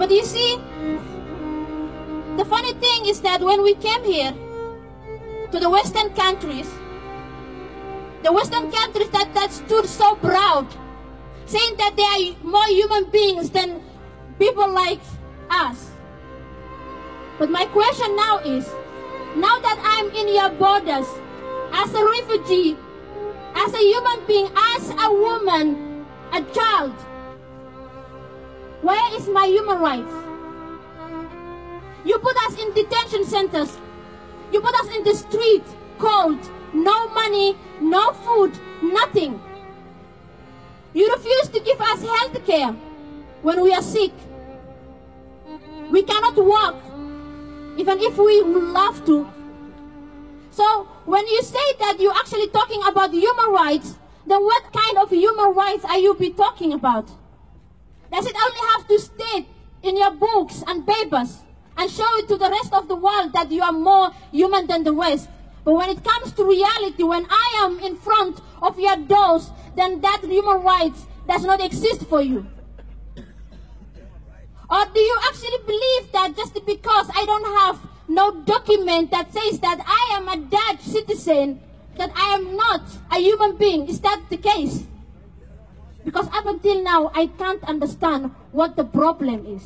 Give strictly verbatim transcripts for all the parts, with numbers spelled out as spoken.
But you see, the funny thing is that when we came here to the Western countries, the Western countries that, that stood so proud, saying that they are more human beings than people like us. But my question now is, now that I'm in your borders, as a refugee, as a human being, as a woman, a child, where is my human rights? You put us in detention centers. You put us in the street, cold, no money, no food, nothing. You refuse to give us health care when we are sick. We cannot walk, even if we would love to. So when you say that you're actually talking about human rights, then what kind of human rights are you be talking about? Does it only have to state in your books and papers and show it to the rest of the world that you are more human than the West? But when it comes to reality, when I am in front of your doors, then that human rights does not exist for you. Or do you actually believe that just because I don't have no document that says that I am a Dutch citizen, that I am not a human being? Is that the case? Because up until now, I can't understand what the problem is.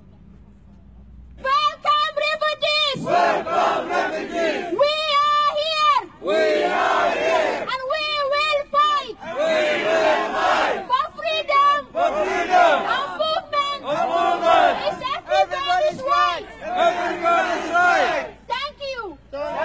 Welcome, refugees! Welcome, refugees! We are here! We are here! And we will fight! And we will fight! For freedom! For freedom! Our movement! Our movement! Is everybody's right! Everybody's right! Thank you!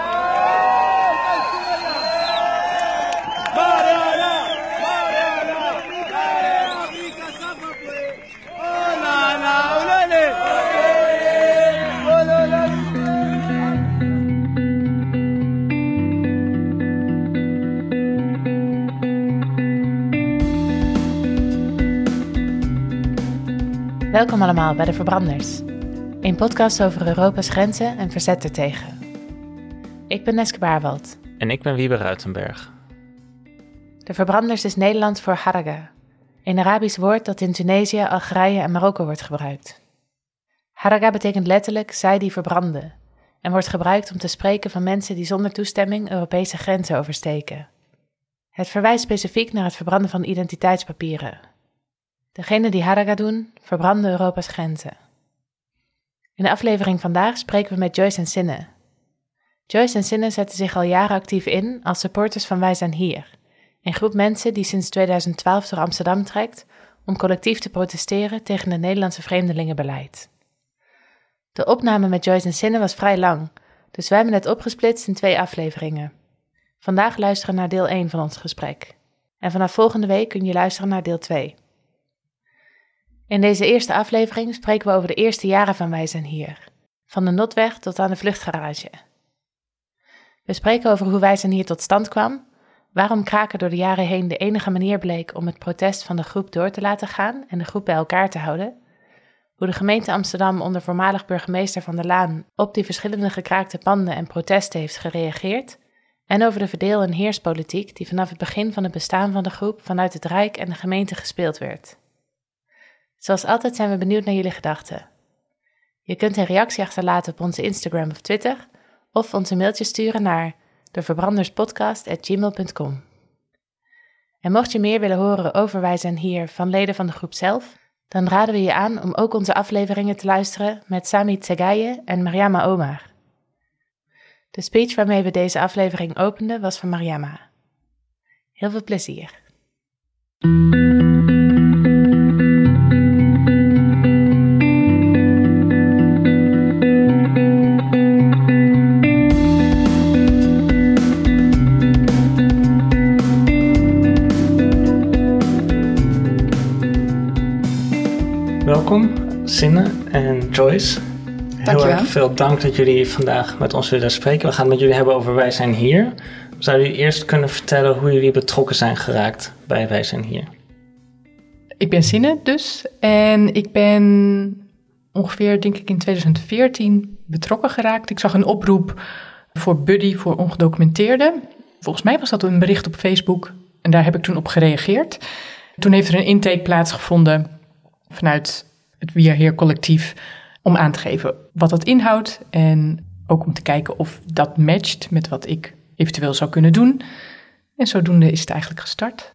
Welkom allemaal bij De Verbranders, een podcast over Europa's grenzen en verzet ertegen. Ik ben Neske Baarwald. En ik ben Wiebe Ruitenberg. De Verbranders is Nederlands voor Haraga, een Arabisch woord dat in Tunesië, Algerije en Marokko wordt gebruikt. Haraga betekent letterlijk zij die verbranden en wordt gebruikt om te spreken van mensen die zonder toestemming Europese grenzen oversteken. Het verwijst specifiek naar het verbranden van identiteitspapieren. Degenen die Haraga doen, verbranden Europa's grenzen. In de aflevering vandaag spreken we met Joyce en Sinne. Joyce en Sinne zetten zich al jaren actief in als supporters van Wij Zijn Hier, een groep mensen die sinds tweeduizend twaalf door Amsterdam trekt om collectief te protesteren tegen het Nederlandse vreemdelingenbeleid. De opname met Joyce en Sinne was vrij lang, dus wij hebben het opgesplitst in twee afleveringen. Vandaag luisteren naar deel één van ons gesprek. En vanaf volgende week kun je luisteren naar deel twee. In deze eerste aflevering spreken we over de eerste jaren van Wij Zijn Hier, van de Notweg tot aan de vluchtgarage. We spreken over hoe Wij Zijn Hier tot stand kwam, waarom kraken door de jaren heen de enige manier bleek om het protest van de groep door te laten gaan en de groep bij elkaar te houden, hoe de gemeente Amsterdam onder voormalig burgemeester Van der Laan op die verschillende gekraakte panden en protesten heeft gereageerd, en over de verdeel- en heerspolitiek die vanaf het begin van het bestaan van de groep vanuit het Rijk en de gemeente gespeeld werd. Zoals altijd zijn we benieuwd naar jullie gedachten. Je kunt een reactie achterlaten op onze Instagram of Twitter, of ons een mailtje sturen naar deverbranderspodcast at gmail punt com. En mocht je meer willen horen over Wij Zijn Hier van leden van de groep zelf, dan raden we je aan om ook onze afleveringen te luisteren met Sami Tsegaye en Mariama Omar. De speech waarmee we deze aflevering openden was van Mariama. Heel veel plezier. Welkom, Sinne en Joyce. Heel Dankjewel. erg veel dank dat jullie vandaag met ons willen spreken. We gaan het met jullie hebben over Wij Zijn Hier. Zouden jullie eerst kunnen vertellen hoe jullie betrokken zijn geraakt bij Wij Zijn Hier? Ik ben Sinne dus en ik ben ongeveer, denk ik, in tweeduizend veertien betrokken geraakt. Ik zag een oproep voor Buddy voor ongedocumenteerden. Volgens mij was dat een bericht op Facebook en daar heb ik toen op gereageerd. Toen heeft er een intake plaatsgevonden vanuit het We Are Here collectief, om aan te geven wat dat inhoudt en ook om te kijken of dat matcht met wat ik eventueel zou kunnen doen. En zodoende is het eigenlijk gestart.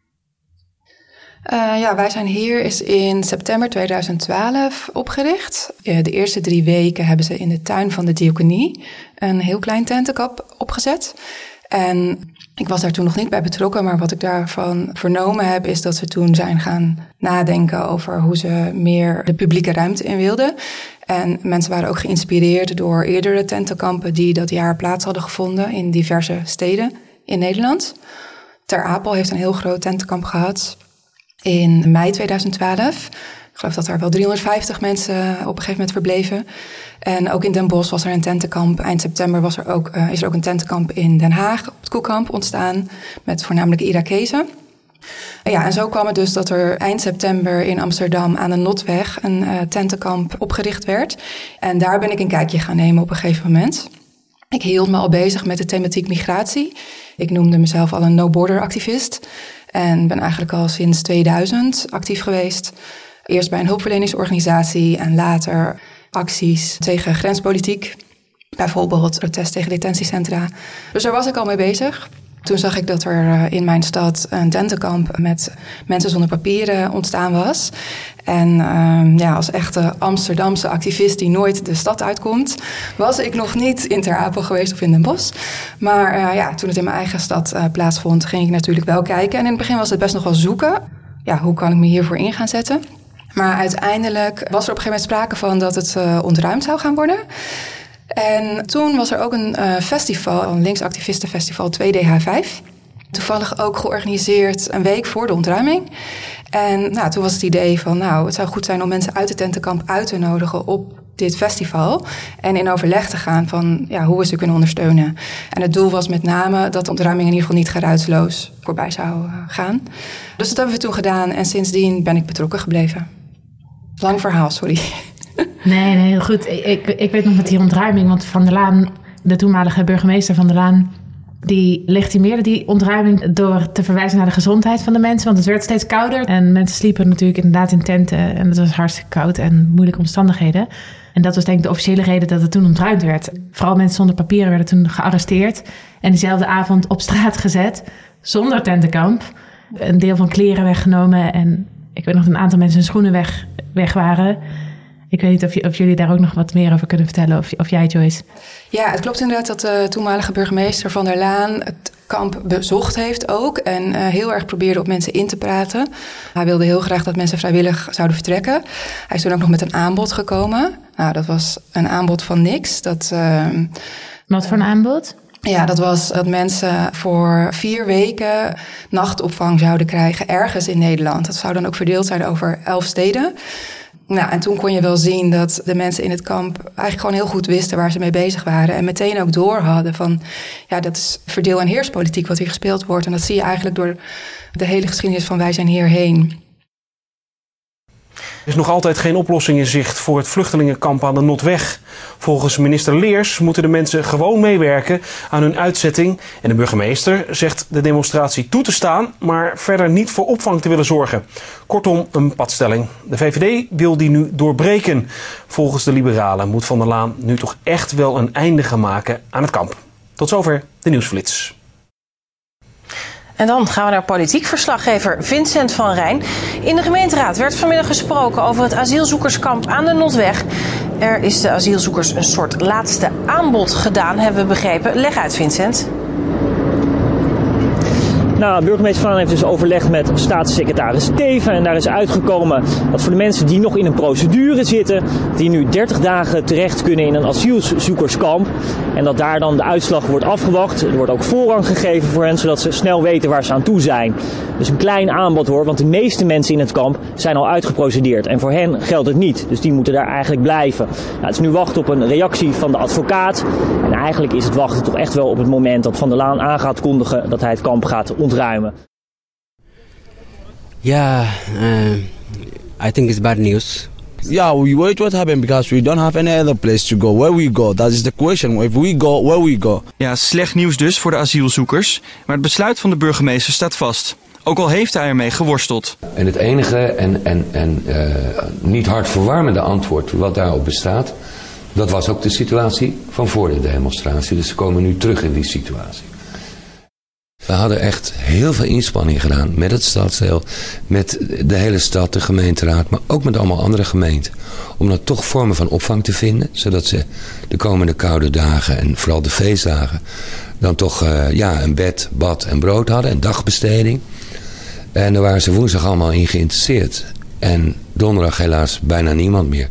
Uh, ja, Wij Zijn Hier is in september tweeduizend twaalf opgericht. Uh, de eerste drie weken hebben ze in de tuin van de diaconie een heel klein tentenkamp opgezet. En ik was daar toen nog niet bij betrokken, maar wat ik daarvan vernomen heb is dat ze toen zijn gaan nadenken over hoe ze meer de publieke ruimte in wilden. En mensen waren ook geïnspireerd door eerdere tentenkampen die dat jaar plaats hadden gevonden in diverse steden in Nederland. Ter Apel heeft een heel groot tentenkamp gehad in mei tweeduizend twaalf. Ik geloof dat er wel driehonderdvijftig mensen op een gegeven moment verbleven. En ook in Den Bosch was er een tentenkamp. Eind september was er ook, uh, is er ook een tentenkamp in Den Haag op het Koekamp ontstaan. Met voornamelijk Irakezen. En ja, en zo kwam het dus dat er eind september in Amsterdam aan de Notweg een uh, tentenkamp opgericht werd. En daar ben ik een kijkje gaan nemen op een gegeven moment. Ik hield me al bezig met de thematiek migratie. Ik noemde mezelf al een no-border activist. En ben eigenlijk al sinds tweeduizend actief geweest. Eerst bij een hulpverleningsorganisatie en later acties tegen grenspolitiek. Bijvoorbeeld protest tegen detentiecentra. Dus daar was ik al mee bezig. Toen zag ik dat er in mijn stad een tentenkamp met mensen zonder papieren ontstaan was. En uh, ja, als echte Amsterdamse activist die nooit de stad uitkomt, was ik nog niet in Ter Apel geweest of in Den Bosch. Maar uh, ja, toen het in mijn eigen stad uh, plaatsvond, ging ik natuurlijk wel kijken. En in het begin was het best nog wel zoeken. Ja, hoe kan ik me hiervoor in gaan zetten? Maar uiteindelijk was er op een gegeven moment sprake van dat het uh, ontruimd zou gaan worden. En toen was er ook een uh, festival, een linksactivistenfestival twee D H vijf. Toevallig ook georganiseerd een week voor de ontruiming. En nou, toen was het idee van, nou, het zou goed zijn om mensen uit het tentenkamp uit te nodigen op dit festival. En in overleg te gaan van ja, hoe we ze kunnen ondersteunen. En het doel was met name dat de ontruiming in ieder geval niet geruisloos voorbij zou uh, gaan. Dus dat hebben we toen gedaan en sindsdien ben ik betrokken gebleven. Lang verhaal, sorry. Nee, nee, heel goed. Ik, ik weet nog met die ontruiming, want Van der Laan, de toenmalige burgemeester Van der Laan, die legitimeerde die ontruiming door te verwijzen naar de gezondheid van de mensen. Want het werd steeds kouder en mensen sliepen natuurlijk inderdaad in tenten. En het was hartstikke koud en moeilijke omstandigheden. En dat was denk ik de officiële reden dat het toen ontruimd werd. Vooral mensen zonder papieren werden toen gearresteerd. En diezelfde avond op straat gezet, zonder tentenkamp. Een deel van kleren weggenomen. En ik weet nog dat een aantal mensen hun schoenen weg, weg waren. Ik weet niet of, je, of jullie daar ook nog wat meer over kunnen vertellen. Of, of jij, Joyce. Ja, het klopt inderdaad dat de toenmalige burgemeester Van der Laan het kamp bezocht heeft ook. En uh, heel erg probeerde op mensen in te praten. Hij wilde heel graag dat mensen vrijwillig zouden vertrekken. Hij is toen ook nog met een aanbod gekomen. Nou, dat was een aanbod van niks. Dat, uh, wat voor een aanbod? Ja, dat was dat mensen voor vier weken nachtopvang zouden krijgen ergens in Nederland. Dat zou dan ook verdeeld zijn over elf steden. Nou, en toen kon je wel zien dat de mensen in het kamp eigenlijk gewoon heel goed wisten waar ze mee bezig waren. En meteen ook door hadden van, ja, dat is verdeel- en heerspolitiek wat hier gespeeld wordt. En dat zie je eigenlijk door de hele geschiedenis van Wij Zijn Hier heen. Er is nog altijd geen oplossing in zicht voor het vluchtelingenkamp aan de Notweg. Volgens minister Leers moeten de mensen gewoon meewerken aan hun uitzetting. En de burgemeester zegt de demonstratie toe te staan, maar verder niet voor opvang te willen zorgen. Kortom, een padstelling. De V V D wil die nu doorbreken. Volgens de liberalen moet Van der Laan nu toch echt wel een einde gaan maken aan het kamp. Tot zover de nieuwsflits. En dan gaan we naar politiek verslaggever Vincent van Rijn. In de gemeenteraad werd vanmiddag gesproken over het asielzoekerskamp aan de Notweg. Er is de asielzoekers een soort laatste aanbod gedaan, hebben we begrepen. Leg uit, Vincent. Nou, burgemeester Van Rijn heeft dus overlegd met staatssecretaris Teven. En daar is uitgekomen dat voor de mensen die nog in een procedure zitten, die nu dertig dagen terecht kunnen in een asielzoekerskamp. En dat daar dan de uitslag wordt afgewacht. Er wordt ook voorrang gegeven voor hen, zodat ze snel weten waar ze aan toe zijn. Dus een klein aanbod hoor, want de meeste mensen in het kamp zijn al uitgeprocedeerd. En voor hen geldt het niet, dus die moeten daar eigenlijk blijven. Nou, het is nu wachten op een reactie van de advocaat. En eigenlijk is het wachten toch echt wel op het moment dat Van der Laan aan gaat kondigen dat hij het kamp gaat ontruimen. Ja, uh, I think it's bad news. Yeah, we wait what happened because we don't have any other place to go. Where we go, that is the question. If we go, where we go. Ja, slecht nieuws dus voor de asielzoekers. Maar het besluit van de burgemeester staat vast. ook al heeft hij ermee geworsteld. En het enige en, en, en uh, niet hartverwarmende antwoord wat daarop bestaat, dat was ook de situatie van voor de demonstratie. Dus we komen nu terug in die situatie. We hadden echt heel veel inspanning gedaan met het stadsdeel, met de hele stad, de gemeenteraad, maar ook met allemaal andere gemeenten. Om dan toch vormen van opvang te vinden, zodat ze de komende koude dagen en vooral de feestdagen dan toch uh, ja, een bed, bad en brood hadden, een dagbesteding. En daar waren ze woensdag allemaal in geïnteresseerd. En donderdag helaas bijna niemand meer.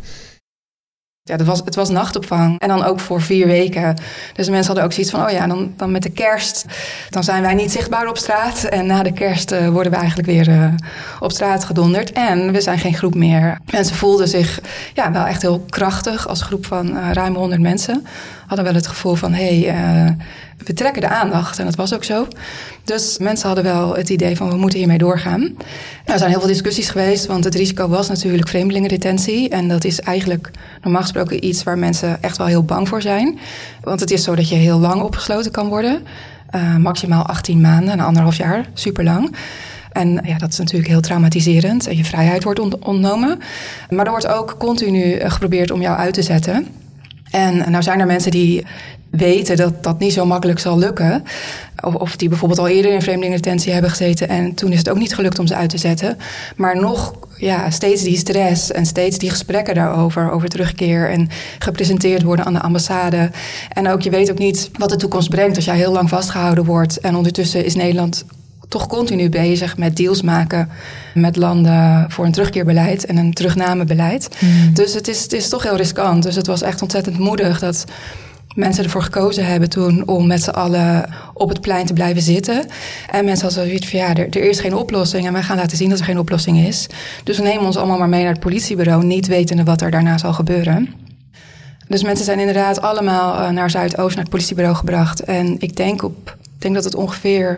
Ja, het was, het was nachtopvang en dan ook voor vier weken. Dus de mensen hadden ook zoiets van, oh ja, dan, dan met de kerst, dan zijn wij niet zichtbaar op straat. En na de kerst uh, worden we eigenlijk weer uh, op straat gedonderd. En we zijn geen groep meer. Mensen voelden zich ja, wel echt heel krachtig als groep van uh, ruim honderd mensen. Hadden wel het gevoel van, hé, hey, uh, we trekken de aandacht. En dat was ook zo. Dus mensen hadden wel het idee van, we moeten hiermee doorgaan. Nou, er zijn heel veel discussies geweest, want het risico was natuurlijk vreemdelingendetentie. En dat is eigenlijk normaal gesproken iets waar mensen echt wel heel bang voor zijn. Want het is zo dat je heel lang opgesloten kan worden. Uh, maximaal achttien maanden, een anderhalf jaar, super lang. En ja, dat is natuurlijk heel traumatiserend. En je vrijheid wordt ontnomen. Maar er wordt ook continu geprobeerd om jou uit te zetten. En nou zijn er mensen die weten dat dat niet zo makkelijk zal lukken. Of, of die bijvoorbeeld al eerder in vreemdelingendetentie hebben gezeten en toen is het ook niet gelukt om ze uit te zetten. Maar nog ja, steeds die stress en steeds die gesprekken daarover, over terugkeer en gepresenteerd worden aan de ambassade. En ook je weet ook niet wat de toekomst brengt als jij heel lang vastgehouden wordt. En ondertussen is Nederland toch continu bezig met deals maken met landen voor een terugkeerbeleid en een terugnamebeleid. Mm. Dus het is, het is toch heel riskant. Dus het was echt ontzettend moedig dat mensen ervoor gekozen hebben toen om met z'n allen op het plein te blijven zitten. En mensen hadden zoiets van, ja, er, er is geen oplossing en wij gaan laten zien dat er geen oplossing is. Dus we nemen ons allemaal maar mee naar het politiebureau, niet wetende wat er daarna zal gebeuren. Dus mensen zijn inderdaad allemaal uh, naar Zuidoost, naar het politiebureau gebracht. En ik denk, op, ik denk dat het ongeveer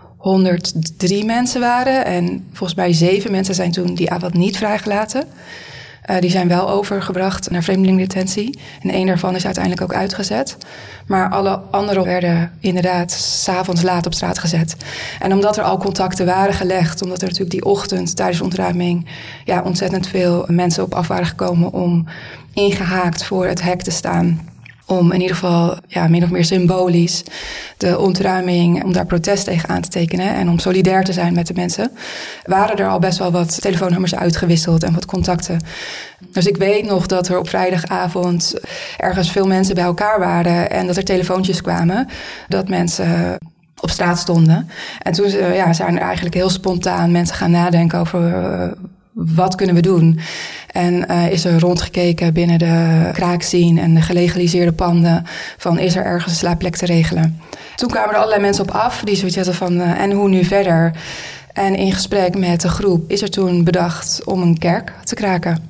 honderddrie mensen waren. En volgens mij zeven mensen zijn toen die avond niet vrijgelaten. Uh, die zijn wel overgebracht naar vreemdelingendetentie. En één daarvan is uiteindelijk ook uitgezet. Maar alle anderen werden inderdaad 's avonds laat op straat gezet. En omdat er al contacten waren gelegd, omdat er natuurlijk die ochtend tijdens de ontruiming ja, ontzettend veel mensen op af waren gekomen om ingehaakt voor het hek te staan. Om in ieder geval ja, min of meer symbolisch de ontruiming, om daar protest tegen aan te tekenen en om solidair te zijn met de mensen, waren er al best wel wat telefoonnummers uitgewisseld en wat contacten. Dus ik weet nog dat er op vrijdagavond ergens veel mensen bij elkaar waren en dat er telefoontjes kwamen, dat mensen op straat stonden. En toen ja, zijn er eigenlijk heel spontaan mensen gaan nadenken over Uh, wat kunnen we doen? En uh, is er rondgekeken binnen de kraakscene en de gelegaliseerde panden van is er ergens een slaapplek te regelen? Toen kwamen er allerlei mensen op af die zoiets hadden van uh, en hoe nu verder? En in gesprek met de groep is er toen bedacht om een kerk te kraken.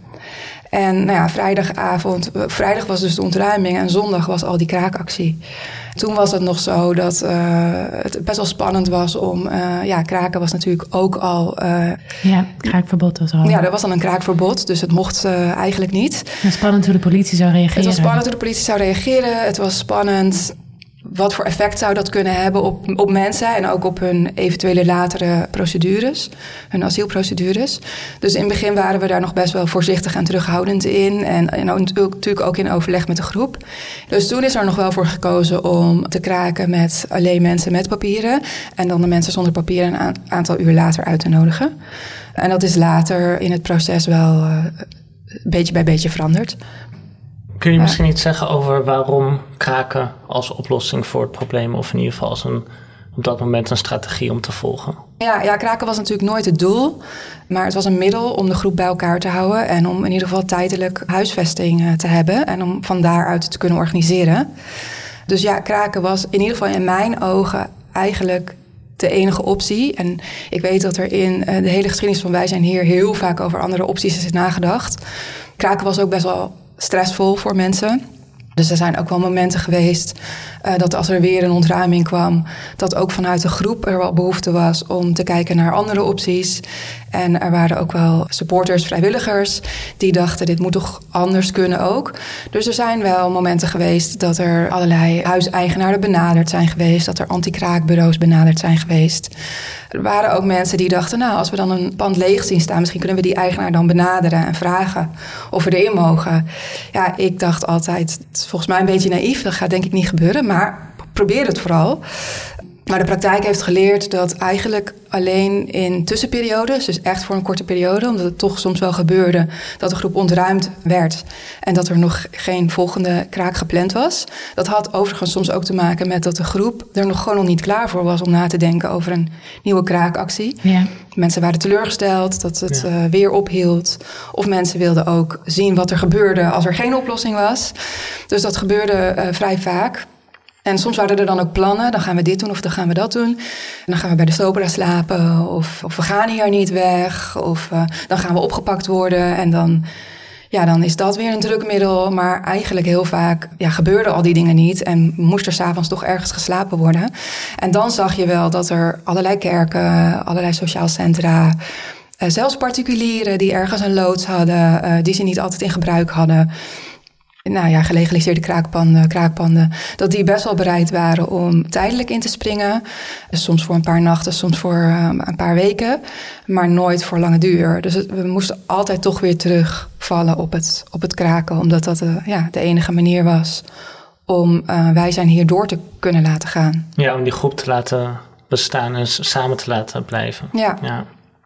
En nou ja, vrijdagavond, vrijdag was dus de ontruiming en zondag was al die kraakactie. Toen was het nog zo dat uh, het best wel spannend was om Uh, ja, kraken was natuurlijk ook al Uh, ja, kraakverbod was al. Ja, er was dan een kraakverbod, dus het mocht uh, eigenlijk niet. Het was spannend hoe de politie zou reageren. Het was spannend hoe de politie zou reageren. Het was spannend wat voor effect zou dat kunnen hebben op, op mensen en ook op hun eventuele latere procedures, hun asielprocedures. Dus in het begin waren we daar nog best wel voorzichtig en terughoudend in. En, en ook, natuurlijk ook in overleg met de groep. Dus toen is er nog wel voor gekozen om te kraken met alleen mensen met papieren. En dan de mensen zonder papieren een aantal uur later uit te nodigen. En dat is later in het proces wel uh, beetje bij beetje veranderd. Kun je misschien iets zeggen over waarom kraken als oplossing voor het probleem, of in ieder geval als een, op dat moment een strategie om te volgen? Ja, ja, kraken was natuurlijk nooit het doel, maar het was een middel om de groep bij elkaar te houden en om in ieder geval tijdelijk huisvesting te hebben en om van daaruit te kunnen organiseren. Dus ja, kraken was in ieder geval in mijn ogen eigenlijk de enige optie. En ik weet dat er in de hele geschiedenis van Wij Zijn Hier heel vaak over andere opties is nagedacht. Kraken was ook best wel stressvol voor mensen. Dus er zijn ook wel momenten geweest uh, dat als er weer een ontruiming kwam, dat ook vanuit de groep er wel behoefte was om te kijken naar andere opties. En er waren ook wel supporters, vrijwilligers, die dachten dit moet toch anders kunnen ook. Dus er zijn wel momenten geweest dat er allerlei huiseigenaren benaderd zijn geweest, dat er anti-kraakbureaus benaderd zijn geweest. Er waren ook mensen die dachten, nou, als we dan een pand leeg zien staan, misschien kunnen we die eigenaar dan benaderen en vragen of we erin mogen. Ja, ik dacht altijd, het is volgens mij een beetje naïef, dat gaat denk ik niet gebeuren, maar probeer het vooral. Maar de praktijk heeft geleerd dat eigenlijk alleen in tussenperiodes, dus echt voor een korte periode, omdat het toch soms wel gebeurde dat de groep ontruimd werd en dat er nog geen volgende kraak gepland was. Dat had overigens soms ook te maken met dat de groep er nog gewoon nog niet klaar voor was om na te denken over een nieuwe kraakactie. Ja. Mensen waren teleurgesteld dat het ja. uh, weer ophield. Of mensen wilden ook zien wat er gebeurde als er geen oplossing was. Dus dat gebeurde uh, vrij vaak. En soms waren er dan ook plannen, dan gaan we dit doen of dan gaan we dat doen. En dan gaan we bij de Stopera slapen of, of we gaan hier niet weg. Of uh, dan gaan we opgepakt worden en dan, ja, dan is dat weer een drukmiddel. Maar eigenlijk heel vaak ja, gebeurden al die dingen niet en moest er 's avonds toch ergens geslapen worden. En dan zag je wel dat er allerlei kerken, allerlei sociaal centra, uh, zelfs particulieren die ergens een loods hadden, uh, die ze niet altijd in gebruik hadden. Nou ja, gelegaliseerde kraakpanden, kraakpanden, dat die best wel bereid waren om tijdelijk in te springen. Dus soms voor een paar nachten, soms voor um, een paar weken, maar nooit voor lange duur. Dus het, we moesten altijd toch weer terugvallen op het, op het kraken, omdat dat uh, ja, de enige manier was om uh, Wij Zijn Hier door te kunnen laten gaan. Ja, om die groep te laten bestaan en samen te laten blijven. Ja. ja.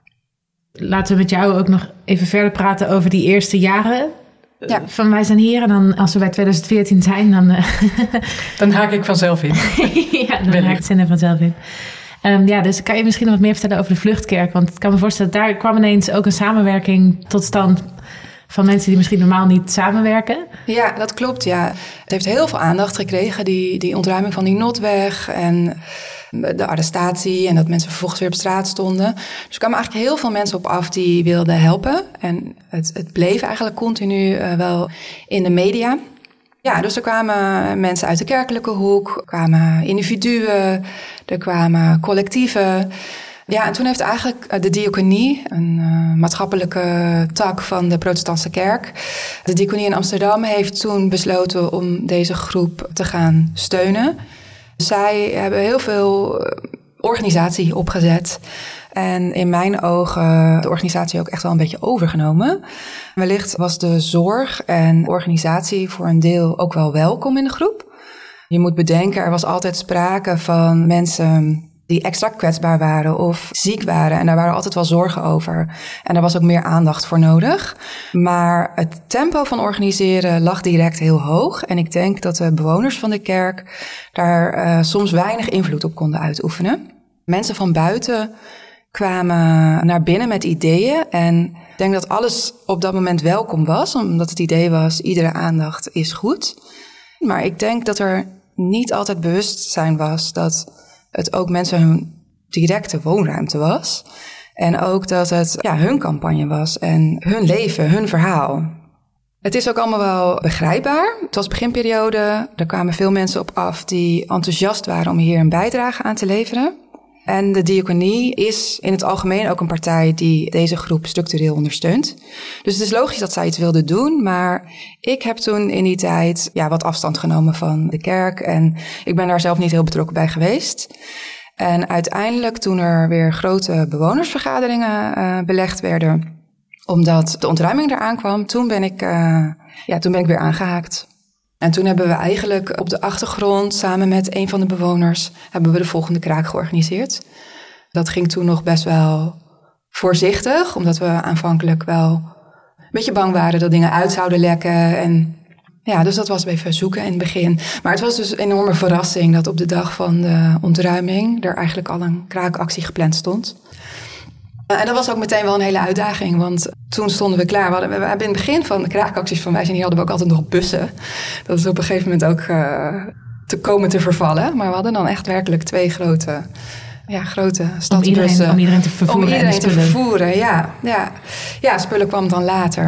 Laten we met jou ook nog even verder praten over die eerste jaren. Ja. Van Wij Zijn Hier. En dan als we bij twintig veertien zijn, dan... Uh... dan haak ik vanzelf in. ja, dan haak ik zin er vanzelf in. Um, ja, dus kan je misschien nog wat meer vertellen over de Vluchtkerk? Want ik kan me voorstellen, daar kwam ineens ook een samenwerking tot stand van mensen die misschien normaal niet samenwerken. Ja, dat klopt, ja. Het heeft heel veel aandacht gekregen, die, die ontruiming van die Notweg en de arrestatie en dat mensen vervolgens weer op straat stonden. Dus er kwamen eigenlijk heel veel mensen op af die wilden helpen. En het, het bleef eigenlijk continu uh, wel in de media. Ja, dus er kwamen mensen uit de kerkelijke hoek, er kwamen individuen, er kwamen collectieven. Ja, en toen heeft eigenlijk de diaconie, een uh, maatschappelijke tak van de protestantse kerk, de diaconie in Amsterdam heeft toen besloten om deze groep te gaan steunen. Zij hebben heel veel organisatie opgezet. En in mijn ogen de organisatie ook echt wel een beetje overgenomen. Wellicht was de zorg en organisatie voor een deel ook wel welkom in de groep. Je moet bedenken, er was altijd sprake van mensen die extra kwetsbaar waren of ziek waren. En daar waren altijd wel zorgen over. En daar was ook meer aandacht voor nodig. Maar het tempo van organiseren lag direct heel hoog. En ik denk dat de bewoners van de kerk daar uh, soms weinig invloed op konden uitoefenen. Mensen van buiten kwamen naar binnen met ideeën. En ik denk dat alles op dat moment welkom was. Omdat het idee was, iedere aandacht is goed. Maar ik denk dat er niet altijd bewustzijn was dat het ook mensen hun directe woonruimte was. En ook dat het ja, hun campagne was en hun leven, hun verhaal. Het is ook allemaal wel begrijpbaar. Het was beginperiode, er kwamen veel mensen op af die enthousiast waren om hier een bijdrage aan te leveren. En de diaconie is in het algemeen ook een partij die deze groep structureel ondersteunt. Dus het is logisch dat zij iets wilden doen, maar ik heb toen in die tijd ja, wat afstand genomen van de kerk en ik ben daar zelf niet heel betrokken bij geweest. En uiteindelijk toen er weer grote bewonersvergaderingen uh, belegd werden, omdat de ontruiming eraan kwam, toen ben ik, uh, ja, toen ben ik weer aangehaakt. En toen hebben we eigenlijk op de achtergrond, samen met een van de bewoners, hebben we de volgende kraak georganiseerd. Dat ging toen nog best wel voorzichtig, omdat we aanvankelijk wel een beetje bang waren dat dingen uit zouden lekken. En ja, dus dat was even zoeken in het begin. Maar het was dus een enorme verrassing dat op de dag van de ontruiming er eigenlijk al een kraakactie gepland stond. En dat was ook meteen wel een hele uitdaging, want toen stonden we klaar. We hadden, we hebben in het begin van de kraakacties van Wij Zijn Hier hadden we ook altijd nog bussen. Dat is op een gegeven moment ook uh, te komen te vervallen. Maar we hadden dan echt werkelijk twee grote, ja, grote stadsbussen. Om iedereen, om iedereen te vervoeren. Om iedereen te vervoeren, ja, ja. Ja, spullen kwam dan later.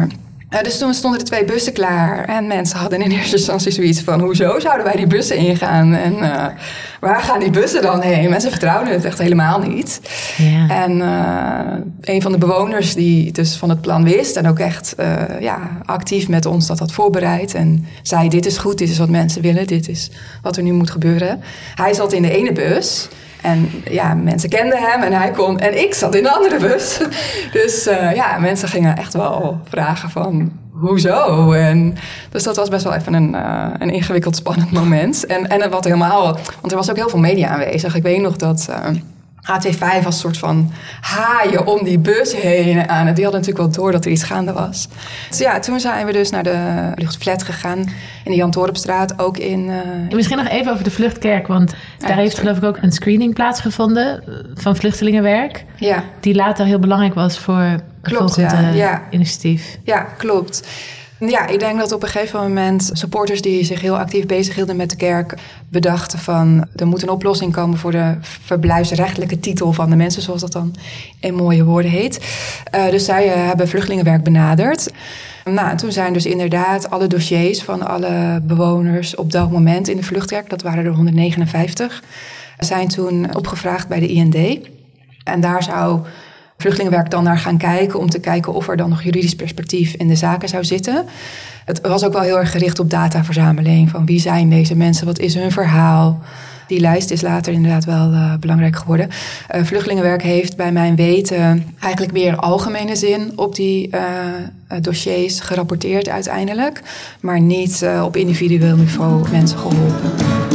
Uh, dus toen stonden er twee bussen klaar. En mensen hadden in eerste instantie zoiets van... hoezo zouden wij die bussen ingaan? En uh, waar gaan die bussen dan heen? Mensen vertrouwden het echt helemaal niet. Ja. En uh, een van de bewoners die dus van het plan wist... en ook echt uh, ja, actief met ons dat had voorbereid... en zei, dit is goed, dit is wat mensen willen... dit is wat er nu moet gebeuren. Hij zat in de ene bus... En ja, mensen kenden hem en hij kon... En ik zat in de andere bus. Dus uh, ja, mensen gingen echt wel vragen van... Hoezo? En dus dat was best wel even een, uh, een ingewikkeld, spannend moment. En, en wat helemaal... Want er was ook heel veel media aanwezig. Ik weet nog dat... Uh, H T vijf was een soort van haaien om die bus heen aan. En die hadden natuurlijk wel door dat er iets gaande was. Dus ja, toen zijn we dus naar de luchtflat gegaan. In de Jan Toornstraat, ook in... Uh... Misschien nog even over de Vluchtkerk. Want ja, daar heeft geloof ik ook een screening plaatsgevonden van vluchtelingenwerk. Ja. Die later heel belangrijk was voor het volgende ja. Ja. initiatief. Ja, klopt. Ja, ik denk dat op een gegeven moment supporters die zich heel actief bezighielden met de kerk bedachten van er moet een oplossing komen voor de verblijfsrechtelijke titel van de mensen, zoals dat dan in mooie woorden heet. Uh, dus zij uh, hebben vluchtelingenwerk benaderd. Nou, toen zijn dus inderdaad alle dossiers van alle bewoners op dat moment in de Vluchtkerk, dat waren er honderdnegenenvijftig, zijn toen opgevraagd bij de I N D. En daar zou Vluchtelingenwerk dan naar gaan kijken om te kijken of er dan nog juridisch perspectief in de zaken zou zitten. Het was ook wel heel erg gericht op dataverzameling. Van wie zijn deze mensen? Wat is hun verhaal? Die lijst is later inderdaad wel uh, belangrijk geworden. Uh, Vluchtelingenwerk heeft bij mijn weten eigenlijk meer in algemene zin op die uh, dossiers gerapporteerd uiteindelijk. Maar niet uh, op individueel niveau mensen geholpen.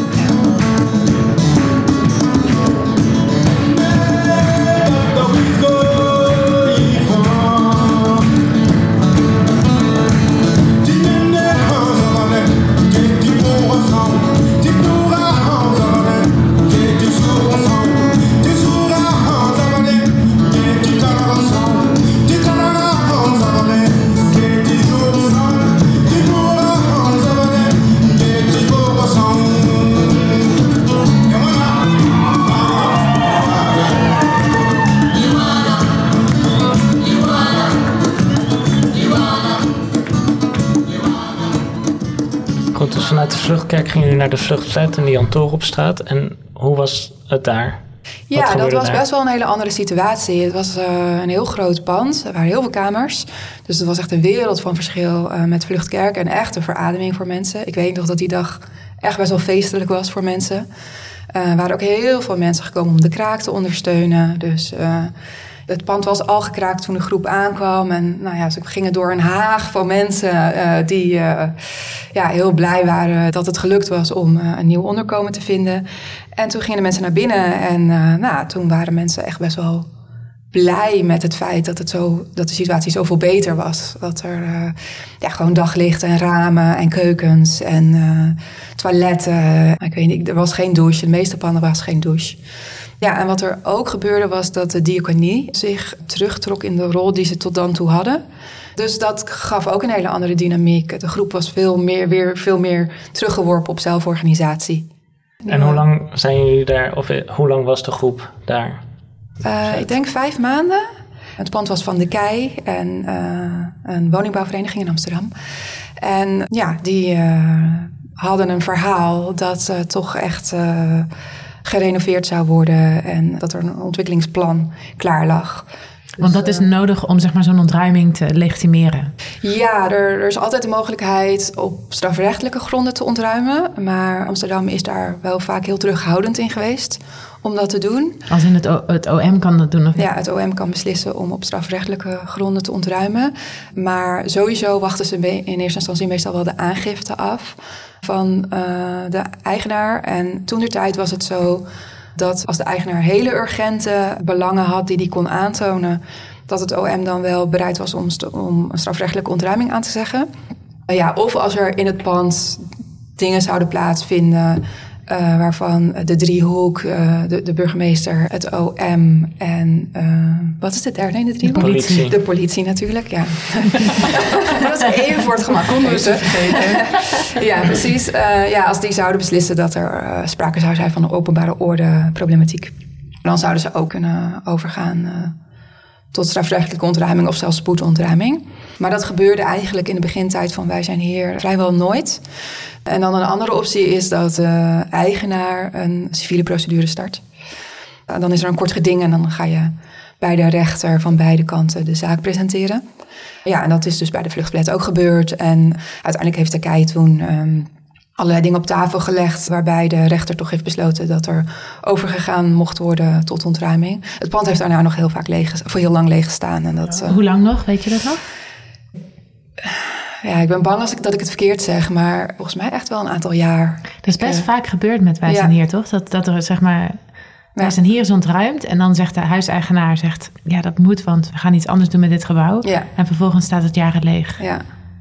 Dus vanuit de Vluchtkerk gingen jullie naar de Vluchtflat in de Jan Toornstraat. En hoe was het daar? Ja, dat was daar? best wel een hele andere situatie. Het was uh, een heel groot pand. Er waren heel veel kamers. Dus het was echt een wereld van verschil uh, met Vluchtkerk. En echt een verademing voor mensen. Ik weet nog dat die dag echt best wel feestelijk was voor mensen. Uh, er waren ook heel veel mensen gekomen om de kraak te ondersteunen. Dus... Uh, Het pand was al gekraakt toen de groep aankwam. En nou ja, ze gingen door een haag van mensen uh, die uh, ja, heel blij waren dat het gelukt was om uh, een nieuw onderkomen te vinden. En toen gingen de mensen naar binnen. En uh, nou, toen waren mensen echt best wel blij met het feit dat, het zo, dat de situatie zoveel beter was. Dat er uh, ja, gewoon daglicht en ramen en keukens en uh, toiletten. Ik weet niet, er was geen douche. In de meeste panden was geen douche. Ja, en wat er ook gebeurde was dat de diaconie zich terugtrok in de rol die ze tot dan toe hadden. Dus dat gaf ook een hele andere dynamiek. De groep was veel meer, weer veel meer teruggeworpen op zelforganisatie. En hoe lang zijn jullie daar, of hoe lang was de groep daar? Uh, ik denk vijf maanden. Het pand was van de Kei en uh, een woningbouwvereniging in Amsterdam. En ja, die uh, hadden een verhaal dat uh, toch echt... Uh, gerenoveerd zou worden en dat er een ontwikkelingsplan klaar lag. Dus, Want dat is nodig om zeg maar, zo'n ontruiming te legitimeren? Ja, er, er is altijd de mogelijkheid op strafrechtelijke gronden te ontruimen. Maar Amsterdam is daar wel vaak heel terughoudend in geweest om dat te doen. Als in het, o- het O M kan dat doen? Of niet? Ja, het O M kan beslissen om op strafrechtelijke gronden te ontruimen. Maar sowieso wachten ze in eerste instantie meestal wel de aangifte af van uh, de eigenaar. En toentertijd was het zo dat als de eigenaar hele urgente belangen had die hij kon aantonen, dat het O M dan wel bereid was om, st- om een strafrechtelijke ontruiming aan te zeggen. Uh, ja, of als er in het pand dingen zouden plaatsvinden uh, waarvan de driehoek, uh, de, de burgemeester, het O M en uh, wat is de derde? Nee, de driehoek? De politie. De politie natuurlijk, ja. Dat is even voor het gemak. Ja, precies. Uh, ja, als die zouden beslissen dat er uh, sprake zou zijn van een openbare orde problematiek, dan zouden ze ook kunnen overgaan uh, tot strafrechtelijke ontruiming of zelfs spoedontruiming. Maar dat gebeurde eigenlijk in de begintijd van Wij zijn hier vrijwel nooit. En dan een andere optie is dat de eigenaar een civiele procedure start. En dan is er een kort geding en dan ga je bij de rechter van beide kanten de zaak presenteren. Ja, en dat is dus bij de vluchtplet ook gebeurd. En uiteindelijk heeft Turkije toen um, allerlei dingen op tafel gelegd, waarbij de rechter toch heeft besloten dat er overgegaan mocht worden tot ontruiming. Het pand heeft daarna nog heel vaak leeg, of heel lang leeg gestaan. En dat, uh, Hoe lang nog? Weet je dat nog? Ja, ik ben bang als ik, dat ik het verkeerd zeg, maar volgens mij echt wel een aantal jaar. Dat is best uh, vaak gebeurd met Wij zijn ja. hier, toch? Dat, dat er zeg maar, Wij zijn hier is ontruimd en dan zegt de huiseigenaar, zegt, ja dat moet, want we gaan iets anders doen met dit gebouw. Ja. En vervolgens staat het jaren leeg. Ja.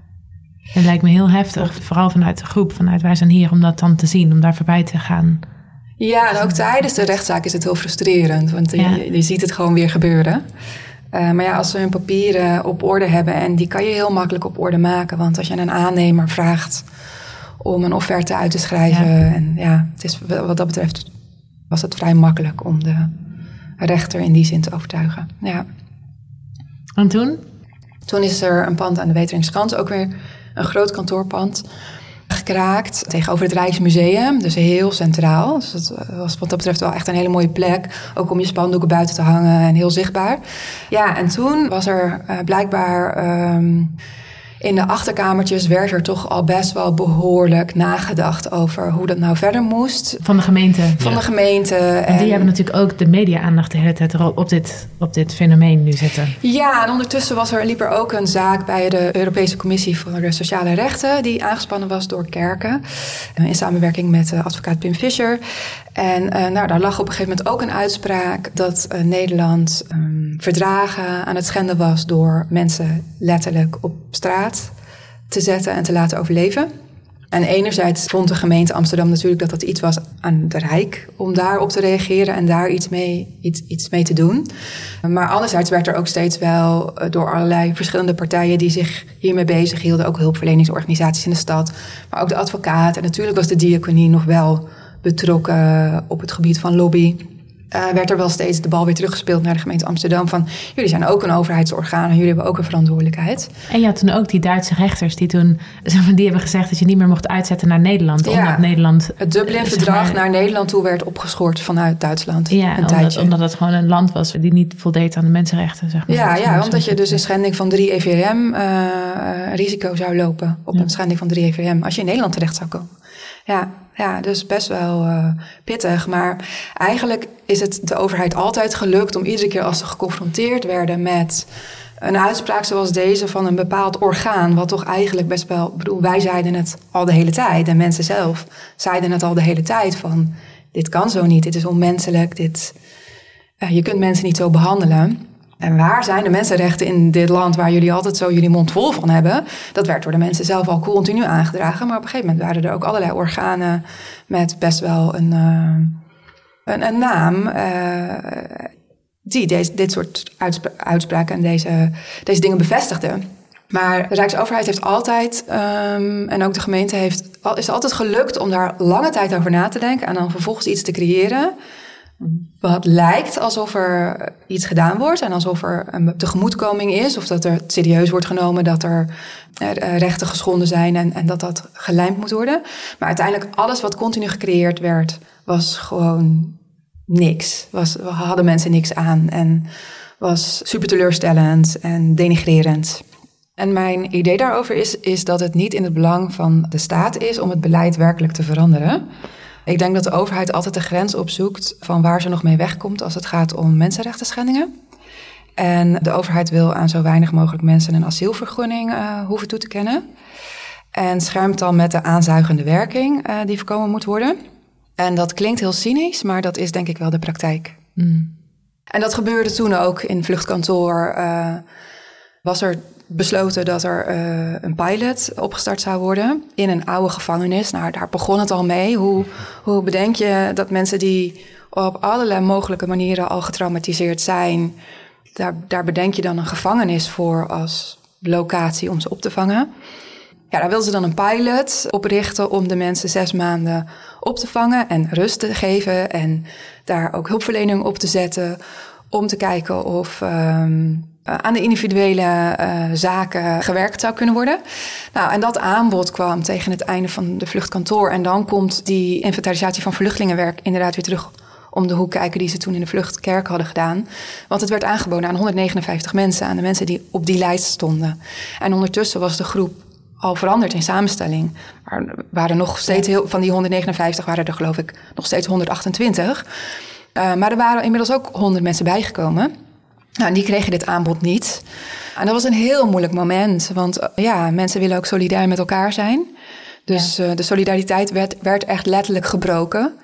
Het lijkt me heel heftig, vooral vanuit de groep, vanuit Wij zijn hier, om dat dan te zien, om daar voorbij te gaan. Ja, en ook tijdens de rechtszaak is het heel frustrerend, want ja. je, je ziet het gewoon weer gebeuren. Uh, maar ja, als we hun papieren op orde hebben, en die kan je heel makkelijk op orde maken. Want als je een aannemer vraagt om een offerte uit te schrijven. Ja. En ja, het is, wat dat betreft was het vrij makkelijk om de rechter in die zin te overtuigen. Ja. En toen? Toen is er een pand aan de Weteringskant, ook weer een groot kantoorpand, gekraakt tegenover het Rijksmuseum. Dus heel centraal. Dus het was wat dat betreft wel echt een hele mooie plek. Ook om je spandoeken buiten te hangen en heel zichtbaar. Ja, en toen was er uh, blijkbaar um, in de achterkamertjes werd er toch al best wel behoorlijk nagedacht over hoe dat nou verder moest. Van de gemeente. Van ja. de gemeente. En, en die hebben natuurlijk ook de media-aandacht de hele tijd op dit, op dit fenomeen nu zitten. Ja, en ondertussen was er, liep er ook een zaak bij de Europese Commissie voor de Sociale Rechten, die aangespannen was door Kerken, in samenwerking met uh, advocaat Pim Fischer. En uh, nou, daar lag op een gegeven moment ook een uitspraak dat uh, Nederland um, verdragen aan het schenden was door mensen letterlijk op straat te zetten en te laten overleven. En enerzijds vond de gemeente Amsterdam natuurlijk dat dat iets was aan de Rijk om daarop te reageren en daar iets mee, iets, iets mee te doen. Maar anderzijds werd er ook steeds wel door allerlei verschillende partijen die zich hiermee bezig hielden, ook hulpverleningsorganisaties in de stad, maar ook de advocaat. En natuurlijk was de diaconie nog wel betrokken op het gebied van lobby. Uh, werd er wel steeds de bal weer teruggespeeld naar de gemeente Amsterdam van jullie zijn ook een overheidsorgaan en jullie hebben ook een verantwoordelijkheid. En je had toen ook die Duitse rechters die toen die hebben gezegd dat je niet meer mocht uitzetten naar Nederland. Ja, omdat Nederland het Dublin-verdrag zeg maar, naar Nederland toe werd opgeschort vanuit Duitsland. Ja, een omdat, tijdje. omdat het gewoon een land was die niet voldeed aan de mensenrechten. Zeg maar. Ja, ja, omdat je dus een schending van drie E V R M uh, risico zou lopen op ja. een schending van drie E V R M als je in Nederland terecht zou komen. Ja, ja, dus best wel uh, pittig. Maar eigenlijk is het de overheid altijd gelukt om iedere keer als ze geconfronteerd werden met een uitspraak zoals deze van een bepaald orgaan, wat toch eigenlijk best wel, ik bedoel, wij zeiden het al de hele tijd en mensen zelf zeiden het al de hele tijd van dit kan zo niet, dit is onmenselijk, dit, uh, je kunt mensen niet zo behandelen. En waar zijn de mensenrechten in dit land waar jullie altijd zo jullie mond vol van hebben? Dat werd door de mensen zelf al continu aangedragen. Maar op een gegeven moment waren er ook allerlei organen met best wel een, uh, een, een naam Uh, die deze, dit soort uitspra- uitspraken en deze, deze dingen bevestigden. Maar de Rijksoverheid heeft altijd, um, en ook de gemeente heeft, is altijd gelukt om daar lange tijd over na te denken en dan vervolgens iets te creëren wat lijkt alsof er iets gedaan wordt en alsof er een tegemoetkoming is of dat er serieus wordt genomen dat er rechten geschonden zijn en, en dat dat gelijmd moet worden. Maar uiteindelijk alles wat continu gecreëerd werd was gewoon niks. Was, hadden mensen niks aan en was super teleurstellend en denigrerend. En mijn idee daarover is, is dat het niet in het belang van de staat is om het beleid werkelijk te veranderen. Ik denk dat de overheid altijd de grens opzoekt van waar ze nog mee wegkomt als het gaat om mensenrechten schendingen. En de overheid wil aan zo weinig mogelijk mensen een asielvergunning uh, hoeven toe te kennen. En schermt dan met de aanzuigende werking uh, die voorkomen moet worden. En dat klinkt heel cynisch, maar dat is denk ik wel de praktijk. Mm. En dat gebeurde toen ook in vluchtkantoor. Uh, was er besloten dat er uh, een pilot opgestart zou worden in een oude gevangenis. Nou, daar begon het al mee. Hoe, hoe bedenk je dat mensen die op allerlei mogelijke manieren al getraumatiseerd zijn, daar, daar bedenk je dan een gevangenis voor als locatie om ze op te vangen. Ja, daar wilden ze dan een pilot oprichten om de mensen zes maanden op te vangen en rust te geven en daar ook hulpverlening op te zetten om te kijken of um, aan de individuele uh, zaken gewerkt zou kunnen worden. Nou, en dat aanbod kwam tegen het einde van de vluchtkantoor. En dan komt die inventarisatie van vluchtelingenwerk inderdaad weer terug om de hoek kijken die ze toen in de vluchtkerk hadden gedaan. Want het werd aangeboden aan honderdnegenenvijftig mensen, aan de mensen die op die lijst stonden. En ondertussen was de groep al veranderd in samenstelling. Er waren nog steeds heel, van die honderdnegenenvijftig waren er geloof ik nog steeds honderdachtentwintig. Uh, maar er waren inmiddels ook honderd mensen bijgekomen. Nou, en die kregen dit aanbod niet. En dat was een heel moeilijk moment. Want uh, ja, mensen willen ook solidair met elkaar zijn. Dus uh, de solidariteit werd, werd echt letterlijk gebroken.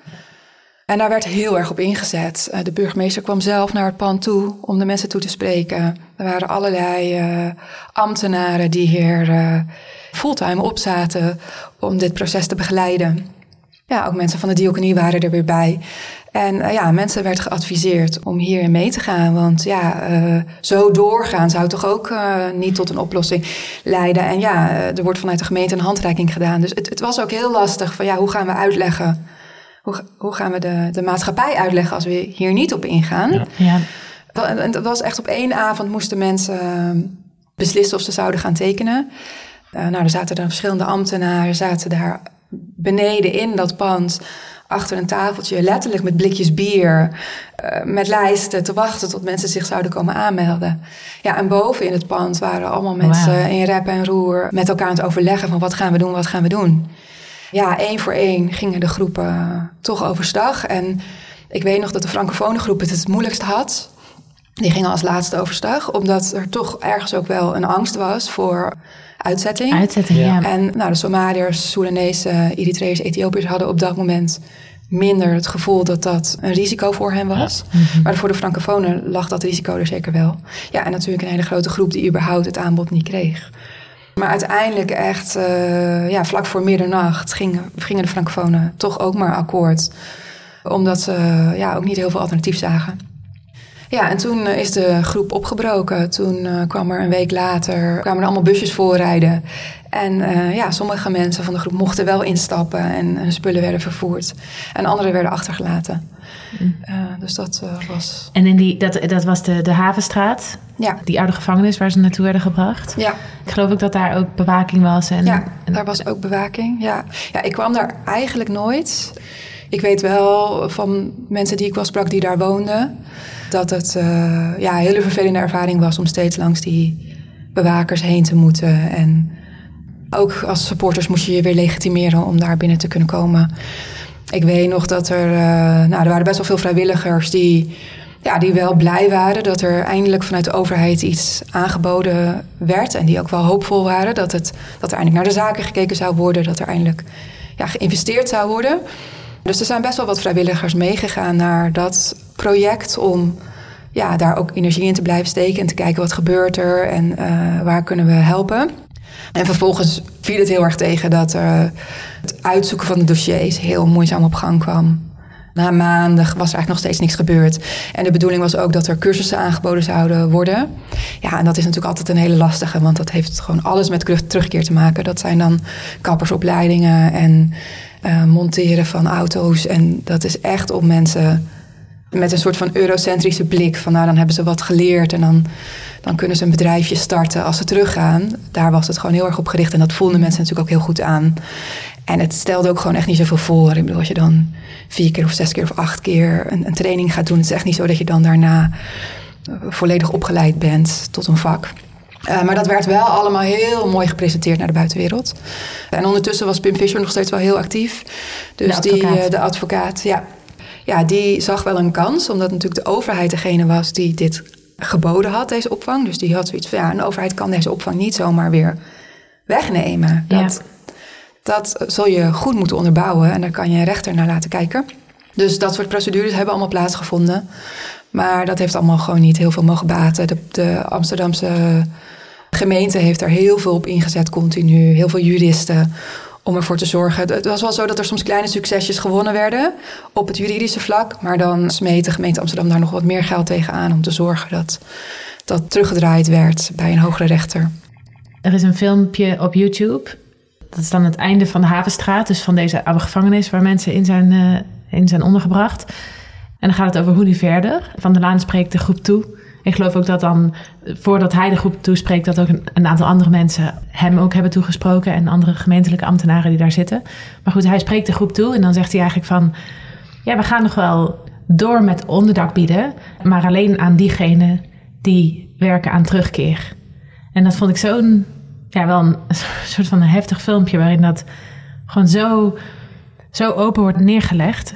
En daar werd heel erg op ingezet. Uh, de burgemeester kwam zelf naar het pand toe om de mensen toe te spreken. Er waren allerlei uh, ambtenaren die hier uh, fulltime op zaten om dit proces te begeleiden. Ja, ook mensen van de diaconie waren er weer bij. En uh, ja, mensen werd geadviseerd om hierin mee te gaan. Want ja, uh, zo doorgaan zou toch ook uh, niet tot een oplossing leiden. En ja, uh, er wordt vanuit de gemeente een handreiking gedaan. Dus het, het was ook heel lastig van ja, hoe gaan we uitleggen? Hoe, hoe gaan we de, de maatschappij uitleggen als we hier niet op ingaan? Ja. Ja. En het was echt op één avond moesten mensen uh, beslissen of ze zouden gaan tekenen. Uh, nou, er zaten er verschillende ambtenaren, zaten daar beneden in dat pand achter een tafeltje, letterlijk met blikjes bier, uh, met lijsten te wachten tot mensen zich zouden komen aanmelden. Ja, en boven in het pand waren allemaal mensen wow. in rep en roer met elkaar aan het overleggen van wat gaan we doen, wat gaan we doen. Ja, één voor één gingen de groepen toch overstag. En ik weet nog dat de francofone groep het het moeilijkst had. Die gingen als laatste overstag, omdat er toch ergens ook wel een angst was voor uitzetting. Uitzetting, ja. ja. En nou, de Somaliërs, Soedanese, Eritreërs, Ethiopiërs hadden op dat moment minder het gevoel dat dat een risico voor hen was. Ja. Mm-hmm. Maar voor de francofonen lag dat risico er zeker wel. Ja, en natuurlijk een hele grote groep die überhaupt het aanbod niet kreeg. Maar uiteindelijk echt, uh, ja, vlak voor middernacht gingen, gingen de francofonen toch ook maar akkoord. Omdat ze uh, ja, ook niet heel veel alternatief zagen. Ja, en toen uh, is de groep opgebroken. Toen uh, kwam er een week later, kwamen er allemaal busjes voorrijden. En uh, ja, sommige mensen van de groep mochten wel instappen en hun spullen werden vervoerd. En anderen werden achtergelaten. Uh, dus dat uh, was... En in die, dat, dat was de, de Havenstraat? Ja. Die oude gevangenis waar ze naartoe werden gebracht? Ja. Ik geloof ook dat daar ook bewaking was. En, ja, en, daar was ook bewaking. Ja. ja, ik kwam daar eigenlijk nooit. Ik weet wel van mensen die ik wel sprak die daar woonden, dat het uh, ja, een hele vervelende ervaring was om steeds langs die bewakers heen te moeten. En ook als supporters moest je je weer legitimeren om daar binnen te kunnen komen. Ik weet nog dat er, uh, nou, er waren best wel veel vrijwilligers die, ja, die wel blij waren dat er eindelijk vanuit de overheid iets aangeboden werd. En die ook wel hoopvol waren dat, het, dat er eindelijk naar de zaken gekeken zou worden, dat er eindelijk ja, geïnvesteerd zou worden. Dus er zijn best wel wat vrijwilligers meegegaan naar dat project om ja, daar ook energie in te blijven steken en te kijken wat gebeurt er en uh, waar kunnen we helpen. En vervolgens viel het heel erg tegen dat uh, het uitzoeken van de dossiers heel moeizaam op gang kwam. Na maanden was er eigenlijk nog steeds niks gebeurd. En de bedoeling was ook dat er cursussen aangeboden zouden worden. Ja, en dat is natuurlijk altijd een hele lastige, want dat heeft gewoon alles met terugkeer te maken. Dat zijn dan kappersopleidingen en uh, monteren van auto's. En dat is echt om mensen met een soort van eurocentrische blik van nou, dan hebben ze wat geleerd en dan, dan kunnen ze een bedrijfje starten als ze teruggaan. Daar was het gewoon heel erg op gericht en dat voelden mensen natuurlijk ook heel goed aan. En het stelde ook gewoon echt niet zoveel voor. Ik bedoel, als je dan vier keer of zes keer of acht keer een, een training gaat doen, het is echt niet zo dat je dan daarna volledig opgeleid bent tot een vak. Uh, maar dat werd wel allemaal heel mooi gepresenteerd naar de buitenwereld. En ondertussen was Pim Fischer nog steeds wel heel actief. Dus de advocaat. Die, uh, de advocaat, ja. Ja, die zag wel een kans, omdat natuurlijk de overheid degene was die dit geboden had, deze opvang. Dus die had zoiets van, ja, een overheid kan deze opvang niet zomaar weer wegnemen. Dat, ja. dat zul je goed moeten onderbouwen en daar kan je een rechter naar laten kijken. Dus dat soort procedures hebben allemaal plaatsgevonden. Maar dat heeft allemaal gewoon niet heel veel mogen baten. De, de Amsterdamse gemeente heeft daar heel veel op ingezet continu. Heel veel juristen om ervoor te zorgen. Het was wel zo dat er soms kleine succesjes gewonnen werden op het juridische vlak. Maar dan smeet de gemeente Amsterdam daar nog wat meer geld tegenaan om te zorgen dat dat teruggedraaid werd bij een hogere rechter. Er is een filmpje op YouTube. Dat is dan het einde van de Havenstraat. Dus van deze oude gevangenis waar mensen in zijn, uh, in zijn ondergebracht. En dan gaat het over hoe nu verder. Van der Laan spreekt de groep toe. Ik geloof ook dat dan, voordat hij de groep toespreekt, dat ook een, een aantal andere mensen hem ook hebben toegesproken en andere gemeentelijke ambtenaren die daar zitten. Maar goed, hij spreekt de groep toe en dan zegt hij eigenlijk van, ja, we gaan nog wel door met onderdak bieden, maar alleen aan diegenen die werken aan terugkeer. En dat vond ik zo'n, ja, wel een soort van een heftig filmpje waarin dat gewoon zo, zo open wordt neergelegd.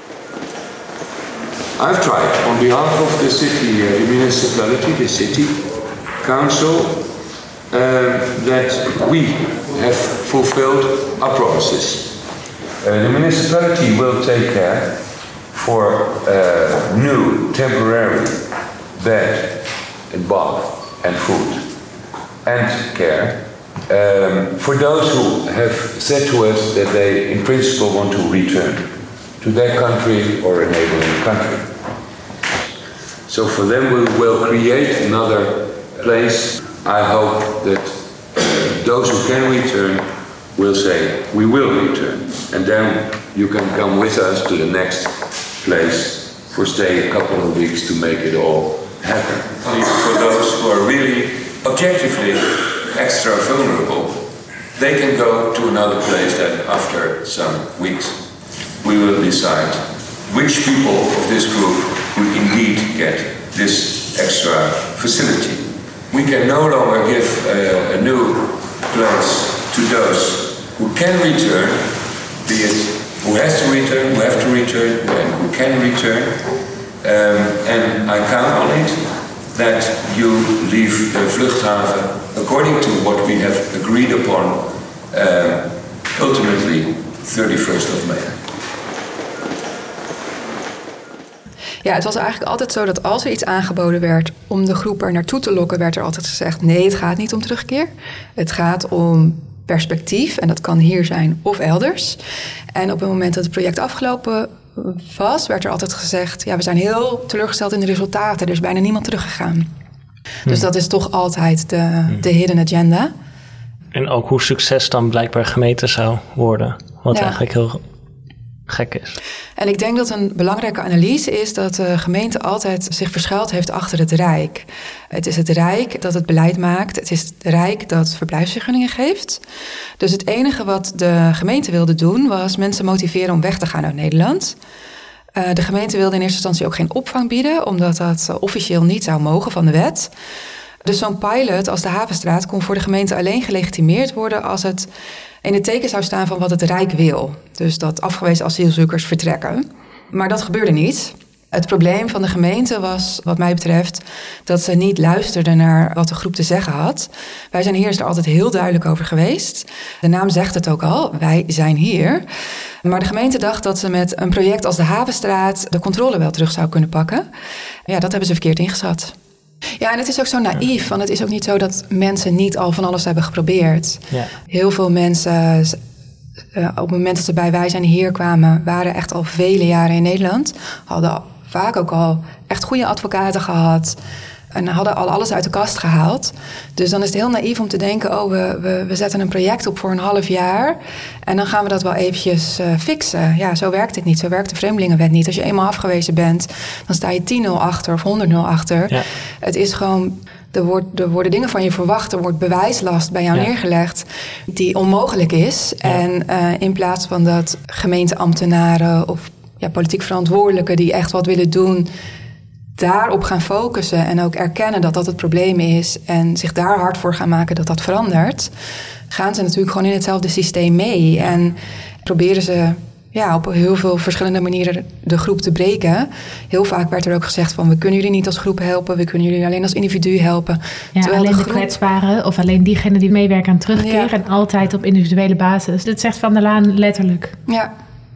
I've tried on behalf of the city, uh, the municipality, the city council, uh, that we have fulfilled our promises. Uh, the municipality will take care for uh, new temporary bed and bath and food and care um, for those who have said to us that they in principle want to return to their country or a neighboring country. So for them we will create another place. I hope that those who can return will say, we will return. And then you can come with us to the next place for stay a couple of weeks to make it all happen. For those who are really objectively extra vulnerable, they can go to another place then after some weeks. We will decide which people of this group will indeed get this extra facility. We can no longer give a, a new place to those who can return, be it who has to return, who have to return, and who can return. Um, and I count on it that you leave the vluchthaven according to what we have agreed upon, uh, ultimately thirty-first of May. Ja, het was eigenlijk altijd zo dat als er iets aangeboden werd om de groep er naartoe te lokken, werd er altijd gezegd, nee, het gaat niet om terugkeer. Het gaat om perspectief en dat kan hier zijn of elders. En op het moment dat het project afgelopen was, werd er altijd gezegd, ja, we zijn heel teleurgesteld in de resultaten. Er is bijna niemand teruggegaan. Hm. Dus dat is toch altijd de, hm. de hidden agenda. En ook hoe succes dan blijkbaar gemeten zou worden. Wat ja. eigenlijk heel gek is. En ik denk dat een belangrijke analyse is dat de gemeente altijd zich verschuild heeft achter het Rijk. Het is het Rijk dat het beleid maakt. Het is het Rijk dat verblijfsvergunningen geeft. Dus het enige wat de gemeente wilde doen was mensen motiveren om weg te gaan uit Nederland. Uh, de gemeente wilde in eerste instantie ook geen opvang bieden, omdat dat uh, officieel niet zou mogen van de wet. Dus zo'n pilot als de Havenstraat kon voor de gemeente alleen gelegitimeerd worden als het in het teken zou staan van wat het Rijk wil. Dus dat afgewezen asielzoekers vertrekken. Maar dat gebeurde niet. Het probleem van de gemeente was, wat mij betreft, dat ze niet luisterden naar wat de groep te zeggen had. Wij zijn hier is er altijd heel duidelijk over geweest. De naam zegt het ook al, wij zijn hier. Maar de gemeente dacht dat ze met een project als de Havenstraat de controle wel terug zou kunnen pakken. Ja, dat hebben ze verkeerd ingeschat. Ja, en het is ook zo naïef, want het is ook niet zo dat mensen niet al van alles hebben geprobeerd. Ja. Heel veel mensen, uh, op het moment dat ze bij Wij Zijn Hier kwamen, waren echt al vele jaren in Nederland. Hadden vaak ook al echt goede advocaten gehad en hadden al alles uit de kast gehaald. Dus dan is het heel naïef om te denken, oh, we, we, we zetten een project op voor een half jaar en dan gaan we dat wel eventjes uh, fixen. Ja, zo werkt het niet. Zo werkt de Vreemdelingenwet niet. Als je eenmaal afgewezen bent, dan sta je tien nul achter of honderd nul achter. Ja. Het is gewoon, er, wordt, er worden dingen van je verwacht, er wordt bewijslast bij jou ja. neergelegd die onmogelijk is. Ja. En uh, in plaats van dat gemeenteambtenaren of ja, politiek verantwoordelijken die echt wat willen doen, daarop gaan focussen en ook erkennen dat dat het probleem is en zich daar hard voor gaan maken dat dat verandert, gaan ze natuurlijk gewoon in hetzelfde systeem mee en proberen ze ja, op heel veel verschillende manieren de groep te breken. Heel vaak werd er ook gezegd van, we kunnen jullie niet als groep helpen, we kunnen jullie alleen als individu helpen. Ja, Terwijl alleen de, groep... de kwetsbaren of alleen diegenen die meewerken aan terugkeer ja. en altijd op individuele basis. Dat zegt Van der Laan letterlijk. Ja.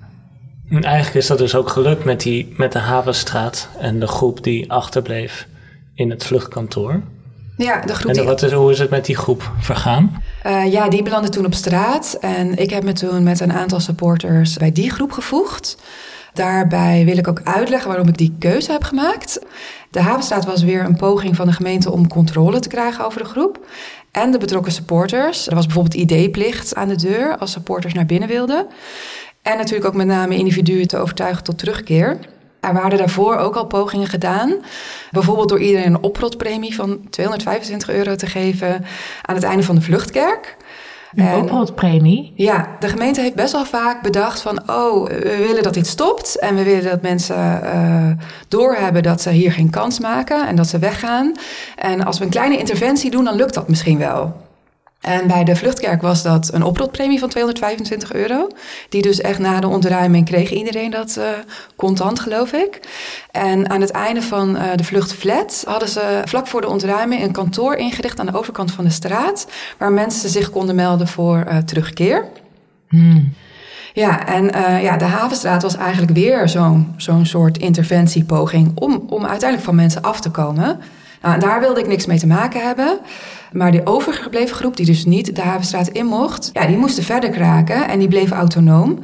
En eigenlijk is dat dus ook gelukt met, die, met de Havenstraat en de groep die achterbleef in het vluchtkantoor. Ja, de groep en die... wat is, hoe is het met die groep vergaan? Uh, ja, die belandde toen op straat. En ik heb me toen met een aantal supporters bij die groep gevoegd. Daarbij wil ik ook uitleggen waarom ik die keuze heb gemaakt. De Havenstraat was weer een poging van de gemeente om controle te krijgen over de groep. En de betrokken supporters. Er was bijvoorbeeld I D-plicht aan de deur als supporters naar binnen wilden. En natuurlijk ook met name individuen te overtuigen tot terugkeer. Er waren daarvoor ook al pogingen gedaan. Bijvoorbeeld door iedereen een oprotpremie van tweehonderdvijfentwintig euro te geven aan het einde van de vluchtkerk. Een oprotpremie? Ja, de gemeente heeft best wel vaak bedacht van... oh, we willen dat dit stopt en we willen dat mensen uh, doorhebben dat ze hier geen kans maken en dat ze weggaan. En als we een kleine interventie doen, dan lukt dat misschien wel. En bij de vluchtkerk was dat een oprotpremie van tweehonderdvijfentwintig euro. Die dus echt na de ontruiming kreeg iedereen dat uh, contant, geloof ik. En aan het einde van uh, de vluchtvlat hadden ze vlak voor de ontruiming een kantoor ingericht aan de overkant van de straat, waar mensen zich konden melden voor uh, terugkeer. Hmm. Ja, en uh, ja, de Havenstraat was eigenlijk weer zo'n, zo'n soort interventiepoging om, om uiteindelijk van mensen af te komen. Nou, daar wilde ik niks mee te maken hebben. Maar de overgebleven groep, die dus niet de Havenstraat in mocht, ja, die moesten verder kraken en die bleven autonoom.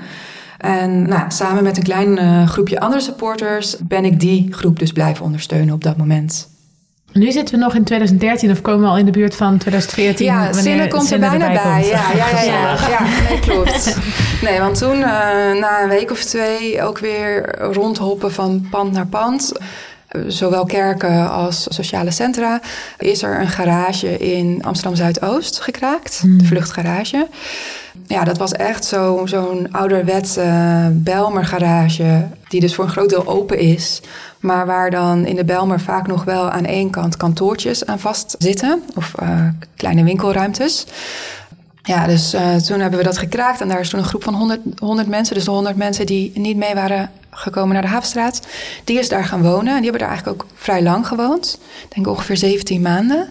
En nou, samen met een klein uh, groepje andere supporters ben ik die groep dus blijven ondersteunen op dat moment. Nu zitten we nog in twintig dertien of komen we al in de buurt van twintig veertien? Ja, Zinne komt er bijna bij. Ja, ja, ja, ja. ja, nee, klopt. Nee, want toen uh, na een week of twee ook weer rondhoppen van pand naar pand, zowel kerken als sociale centra, is er een garage in Amsterdam Zuidoost gekraakt, hmm. de vluchtgarage. Ja, dat was echt zo, zo'n ouderwetse Bijlmer garage, die dus voor een groot deel open is, maar waar dan in de Bijlmer vaak nog wel aan één kant kantoortjes aan vast zitten, of uh, kleine winkelruimtes. Ja, dus uh, toen hebben we dat gekraakt en daar is toen een groep van honderd, honderd mensen, dus de honderd mensen die niet mee waren gekomen naar de Havenstraat, die is daar gaan wonen. En die hebben daar eigenlijk ook vrij lang gewoond. Ik denk ongeveer zeventien maanden.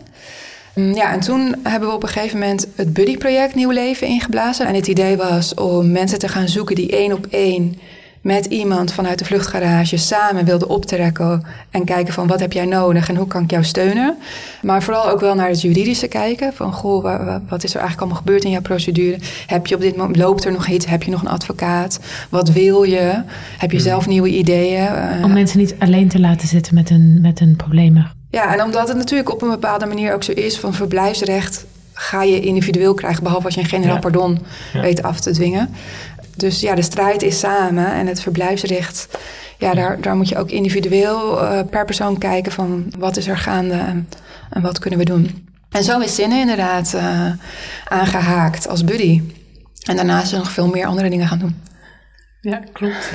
Ja, en toen hebben we op een gegeven moment het Buddy-project Nieuw Leven ingeblazen. En het idee was om mensen te gaan zoeken die één op één met iemand vanuit de vluchtgarage samen wilden optrekken en kijken van wat heb jij nodig en hoe kan ik jou steunen. Maar vooral ook wel naar het juridische kijken. Van goh, wat is er eigenlijk allemaal gebeurd in jouw procedure? Heb je op dit moment, loopt er nog iets? Heb je nog een advocaat? Wat wil je? Heb je zelf nieuwe ideeën? Om mensen niet alleen te laten zitten met hun, met hun problemen. Ja, en omdat het natuurlijk op een bepaalde manier ook zo is van verblijfsrecht ga je individueel krijgen, behalve als je een generaal pardon ja. weet af te dwingen. Dus ja, de strijd is samen en het verblijfsrecht, ja, daar, daar moet je ook individueel uh, per persoon kijken van wat is er gaande en, en wat kunnen we doen. En zo is Zinne inderdaad uh, aangehaakt als buddy. En daarna is ze nog veel meer andere dingen gaan doen. Ja, klopt.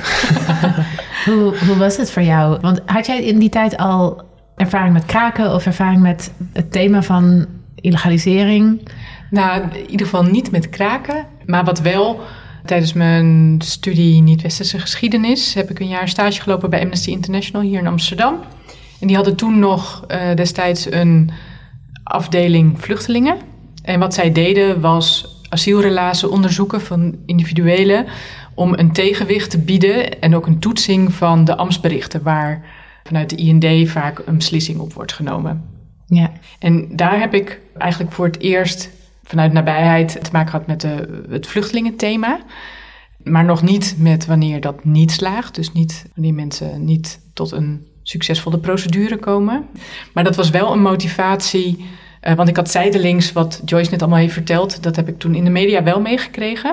hoe, hoe was het voor jou? Want had jij in die tijd al ervaring met kraken of ervaring met het thema van illegalisering? Nou, in ieder geval niet met kraken. Maar wat wel, tijdens mijn studie Niet-Westerse geschiedenis heb ik een jaar stage gelopen bij Amnesty International hier in Amsterdam. En die hadden toen nog uh, destijds een afdeling vluchtelingen. En wat zij deden was asielrelaties onderzoeken van individuelen om een tegenwicht te bieden en ook een toetsing van de ambtsberichten waar vanuit de I N D vaak een beslissing op wordt genomen. Ja. En daar heb ik eigenlijk voor het eerst vanuit nabijheid te maken gehad met de, het vluchtelingenthema. Maar nog niet met wanneer dat niet slaagt. Dus niet wanneer mensen niet tot een succesvolle procedure komen. Maar dat was wel een motivatie. Uh, want ik had zijdelings wat Joyce net allemaal heeft verteld. Dat heb ik toen in de media wel meegekregen.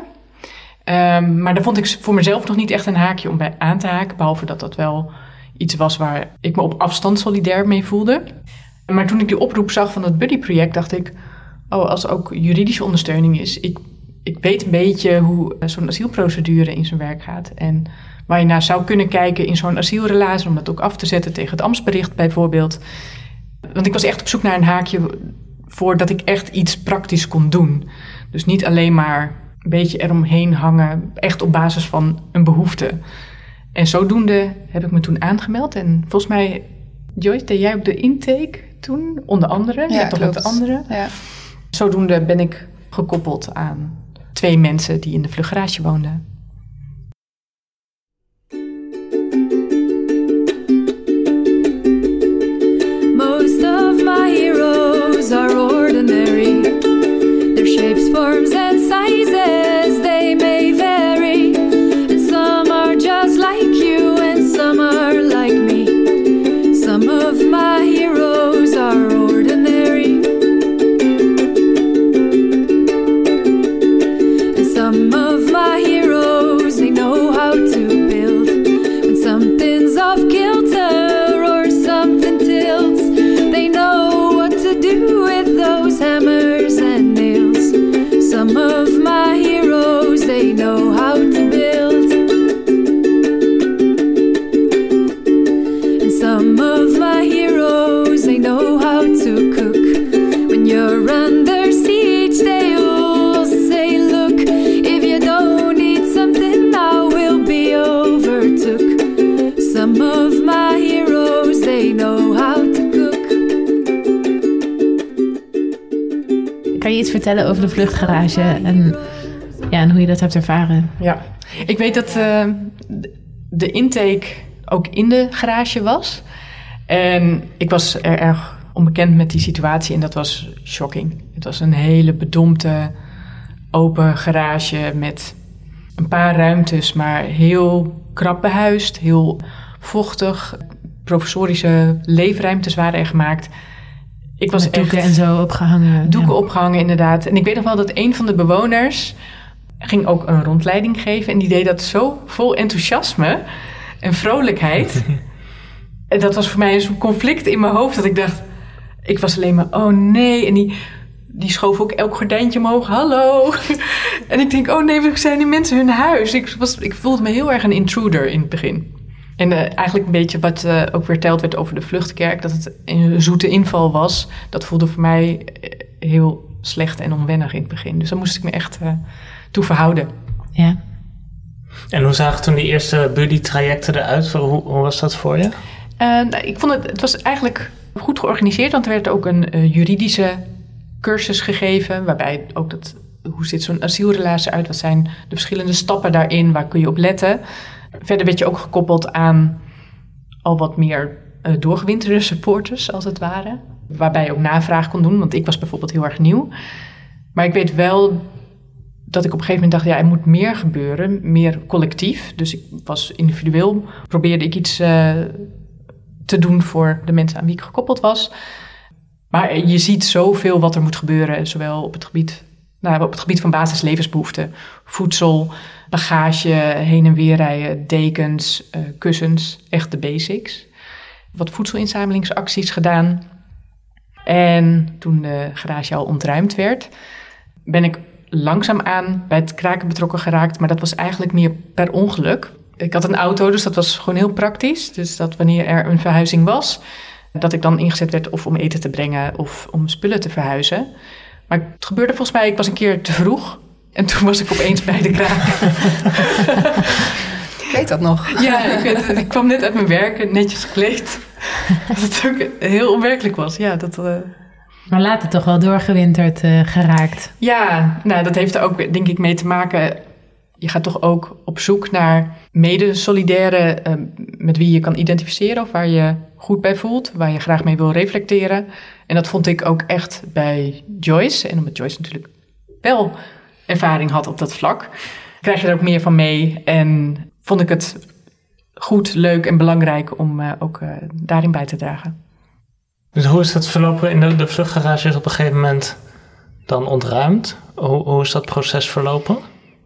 Um, maar daar vond ik voor mezelf nog niet echt een haakje om bij aan te haken. Behalve dat dat wel iets was waar ik me op afstand solidair mee voelde. Maar toen ik die oproep zag van het Buddy-project, dacht ik, oh, als er ook juridische ondersteuning is. Ik, ik weet een beetje hoe zo'n asielprocedure in zijn werk gaat. En waar je naar zou kunnen kijken in zo'n asielrelatie, om dat ook af te zetten tegen het ambtsbericht bijvoorbeeld. Want ik was echt op zoek naar een haakje voordat ik echt iets praktisch kon doen. Dus niet alleen maar een beetje eromheen hangen, echt op basis van een behoefte. En zodoende heb ik me toen aangemeld. En volgens mij, Joyce, deed jij ook de intake toen? Onder andere? Ja, toch ook de andere? Ja. Zodoende ben ik gekoppeld aan twee mensen die in de vluchtgarage woonden. Most of my heroes are ordinary. Their shapes, forms and sizes, they may vary. And some are just like you and some are like me. Some of my heroes are ordinary. And some of my heroes, they know how to build. When something's off je iets vertellen over de vluchtgarage en, ja, en hoe je dat hebt ervaren? Ja, ik weet dat uh, de intake ook in de garage was. En ik was er erg onbekend met die situatie en dat was shocking. Het was een hele bedompte, open garage met een paar ruimtes, maar heel krap behuisd, heel vochtig. Provisorische leefruimtes waren er gemaakt. Ik was met doeken echt, en zo opgehangen. Doeken ja. opgehangen, inderdaad. En ik weet nog wel dat een van de bewoners ging ook een rondleiding geven. En die deed dat zo vol enthousiasme en vrolijkheid. En dat was voor mij zo'n conflict in mijn hoofd. Dat ik dacht, ik was alleen maar, oh nee. En die, die schoof ook elk gordijntje omhoog. Hallo. En ik denk, oh nee, we zijn die mensen hun huis. Ik, was, ik voelde me heel erg een intruder in het begin. En uh, eigenlijk een beetje wat uh, ook verteld werd over de Vluchtkerk. Dat het een zoete inval was. Dat voelde voor mij heel slecht en onwennig in het begin. Dus daar moest ik me echt uh, toe verhouden. Ja. En hoe zagen toen die eerste buddy-trajecten eruit? Hoe, hoe was dat voor je? Uh, nou, ik vond het, het was eigenlijk goed georganiseerd. Want er werd ook een uh, juridische cursus gegeven. Waarbij ook dat, hoe ziet zo'n asielrelatie uit? Wat zijn de verschillende stappen daarin? Waar kun je op letten? Verder werd je ook gekoppeld aan al wat meer uh, doorgewinterde supporters, als het ware. Waarbij je ook navraag kon doen, want ik was bijvoorbeeld heel erg nieuw. Maar ik weet wel dat ik op een gegeven moment dacht, ja, er moet meer gebeuren, meer collectief. Dus ik was individueel, probeerde ik iets uh, te doen voor de mensen aan wie ik gekoppeld was. Maar je ziet zoveel wat er moet gebeuren, zowel op het gebied, nou, op het gebied van basislevensbehoeften, voedsel, bagage, heen en weer rijden, dekens, uh, kussens, echt de basics. Wat voedselinzamelingsacties gedaan. En toen de garage al ontruimd werd, ben ik langzaamaan bij het kraken betrokken geraakt. Maar dat was eigenlijk meer per ongeluk. Ik had een auto, dus dat was gewoon heel praktisch. Dus dat wanneer er een verhuizing was, dat ik dan ingezet werd of om eten te brengen of om spullen te verhuizen. Maar het gebeurde volgens mij, ik was een keer te vroeg. En toen was ik opeens bij de kraken. Ik weet dat nog. Ja, ik, weet, ik kwam net uit mijn werk, netjes gekleed. Dat het ook heel onwerkelijk was. Ja, dat, uh... Maar later toch wel doorgewinterd uh, geraakt. Ja, nou, dat heeft er ook denk ik mee te maken. Je gaat toch ook op zoek naar mede-solidaire uh, met wie je kan identificeren of waar je goed bij voelt, waar je graag mee wil reflecteren. En dat vond ik ook echt bij Joyce. En omdat Joyce natuurlijk wel ervaring had op dat vlak, krijg je er ook meer van mee. En vond ik het goed, leuk en belangrijk om uh, ook uh, daarin bij te dragen. Dus hoe is dat verlopen? In de, de vluchtgarage is op een gegeven moment dan ontruimd. Hoe, hoe is dat proces verlopen?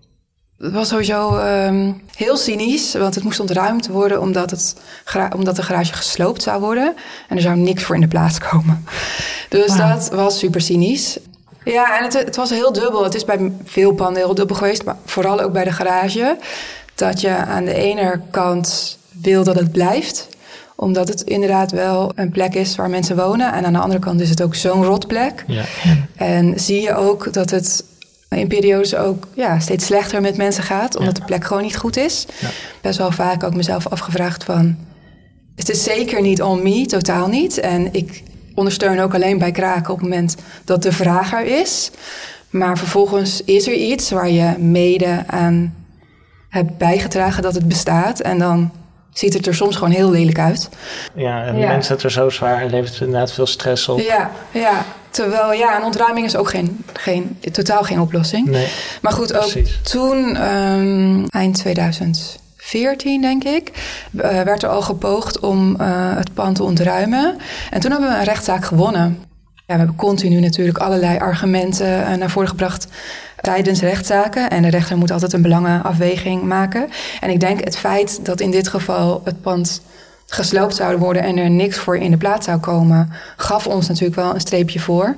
Het was sowieso um, heel cynisch, want het moest ontruimd worden omdat, het, omdat de garage gesloopt zou worden. En er zou niks voor in de plaats komen. Dus wow. Dat was super cynisch. Ja, en het, het was heel dubbel. Het is bij veel panden heel dubbel geweest, maar vooral ook bij de garage. Dat je aan de ene kant wil dat het blijft, omdat het inderdaad wel een plek is waar mensen wonen. En aan de andere kant is het ook zo'n rotplek. Ja. En zie je ook dat het in periodes ook ja, steeds slechter met mensen gaat, omdat ja. de plek gewoon niet goed is. Ja. Best wel vaak ook mezelf afgevraagd van, het is zeker niet on me, totaal niet. En ik ondersteun ook alleen bij kraken op het moment dat de vraag er is. Maar vervolgens is er iets waar je mede aan hebt bijgedragen dat het bestaat. En dan ziet het er soms gewoon heel lelijk uit. Ja, en de ja. mensen het er zo zwaar en levert inderdaad veel stress op. Ja, ja. Terwijl ja, een ontruiming is ook geen, geen, totaal geen oplossing. Nee, maar goed, ook precies. Toen, um, eind tweeduizend veertien denk ik, uh, werd er al gepoogd om uh, het pand te ontruimen. En toen hebben we een rechtszaak gewonnen. Ja, we hebben continu natuurlijk allerlei argumenten uh, naar voren gebracht tijdens rechtszaken. En de rechter moet altijd een belangenafweging maken. En ik denk het feit dat in dit geval het pand gesloopt zou worden en er niks voor in de plaats zou komen, gaf ons natuurlijk wel een streepje voor.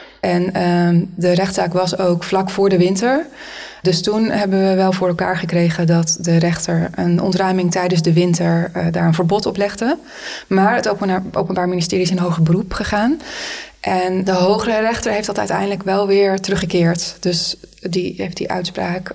En uh, de rechtszaak was ook vlak voor de winter. Dus toen hebben we wel voor elkaar gekregen dat de rechter een ontruiming tijdens de winter uh, daar een verbod op legde. Maar het openbaar, openbaar ministerie is in hoger beroep gegaan. En de hogere rechter heeft dat uiteindelijk wel weer teruggekeerd. Dus die heeft die uitspraak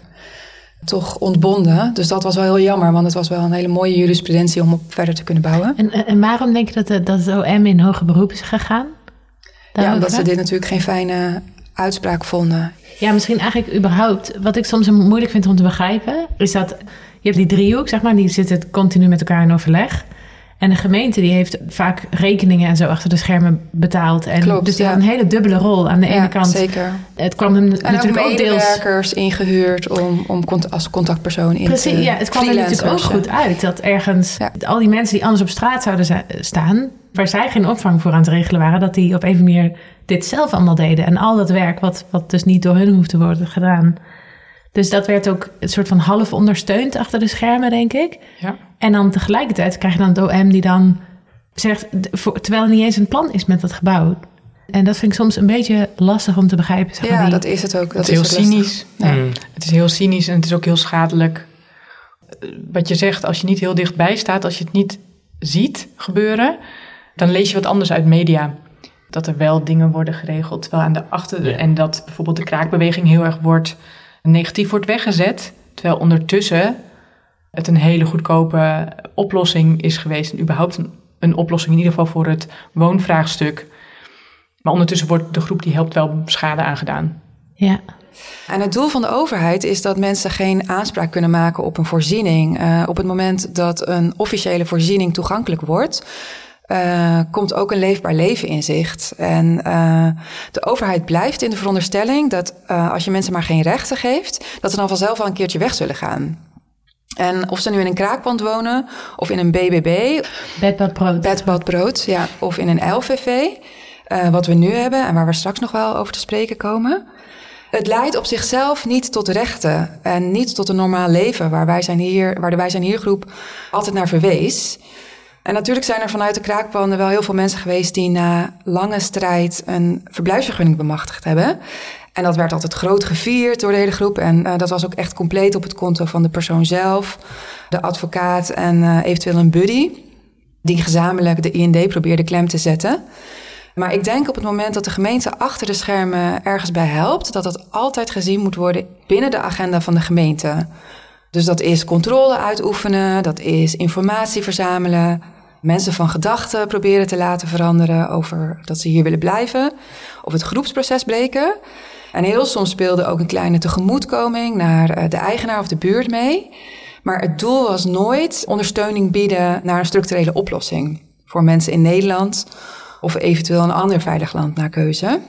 toch ontbonden. Dus dat was wel heel jammer, want het was wel een hele mooie jurisprudentie om op verder te kunnen bouwen. En, en waarom denk je dat, dat het O M in hoger beroep is gegaan? Ja, omdat ze dit natuurlijk geen fijne uitspraak vonden. Ja, misschien eigenlijk überhaupt. Wat ik soms moeilijk vind om te begrijpen, is dat je hebt die driehoek, zeg maar, die zitten continu met elkaar in overleg. En de gemeente die heeft vaak rekeningen en zo achter de schermen betaald. En Klopt, dus die ja. had een hele dubbele rol. Aan de Ja, ene kant. zeker. Het kwam hem En natuurlijk ook ook deels. medewerkers ingehuurd om, om cont- als contactpersoon in Precies, te ja, het kwam er natuurlijk ook freelancers, goed uit dat ergens al die mensen die anders op straat zouden za- staan, waar zij geen opvang voor aan het regelen waren, dat die op een of andere manier dit zelf allemaal deden. En al dat werk, wat, wat dus niet door hun hoeft te worden gedaan. Dus dat werd ook een soort van half ondersteund achter de schermen, denk ik. Ja. En dan tegelijkertijd krijg je dan het O M die dan zegt, voor, terwijl er niet eens een plan is met dat gebouw. En dat vind ik soms een beetje lastig om te begrijpen. Zeg maar, Ja, die... dat is het ook. Dat Het is heel het cynisch. Ja. Mm. Het is heel cynisch en het is ook heel schadelijk. Wat je zegt, als je niet heel dichtbij staat, als je het niet ziet gebeuren, dan lees je wat anders uit media. Dat er wel dingen worden geregeld, terwijl aan de achter Ja. en dat bijvoorbeeld de kraakbeweging heel erg wordt negatief wordt weggezet, terwijl ondertussen het een hele goedkope oplossing is geweest en überhaupt een, een oplossing in ieder geval voor het woonvraagstuk. Maar ondertussen wordt de groep die helpt wel schade aangedaan. Ja. En het doel van de overheid is dat mensen geen aanspraak kunnen maken op een voorziening. Uh, op het moment dat een officiële voorziening toegankelijk wordt, Uh, komt ook een leefbaar leven in zicht. En uh, de overheid blijft in de veronderstelling dat uh, als je mensen maar geen rechten geeft, dat ze dan vanzelf al een keertje weg zullen gaan. En of ze nu in een kraakpand wonen, of in een B B B. Bed, bad, brood. Bed, bad, brood, ja. Of in een L V V, uh, wat we nu hebben en waar we straks nog wel over te spreken komen. Het leidt op zichzelf niet tot rechten en niet tot een normaal leven waar, wij zijn hier, waar de Wij Zijn Hier groep altijd naar verwees. En natuurlijk zijn er vanuit de kraakpanden wel heel veel mensen geweest die na lange strijd een verblijfsvergunning bemachtigd hebben. En dat werd altijd groot gevierd door de hele groep. En uh, dat was ook echt compleet op het konto van de persoon zelf, de advocaat en uh, eventueel een buddy, die gezamenlijk de I N D probeerde klem te zetten. Maar ik denk op het moment dat de gemeente achter de schermen ergens bij helpt, dat dat altijd gezien moet worden binnen de agenda van de gemeente. Dus dat is controle uitoefenen, dat is informatie verzamelen, mensen van gedachten proberen te laten veranderen over dat ze hier willen blijven, of het groepsproces breken. En heel soms speelde ook een kleine tegemoetkoming naar de eigenaar of de buurt mee. Maar het doel was nooit ondersteuning bieden naar een structurele oplossing voor mensen in Nederland of eventueel een ander veilig land naar keuze.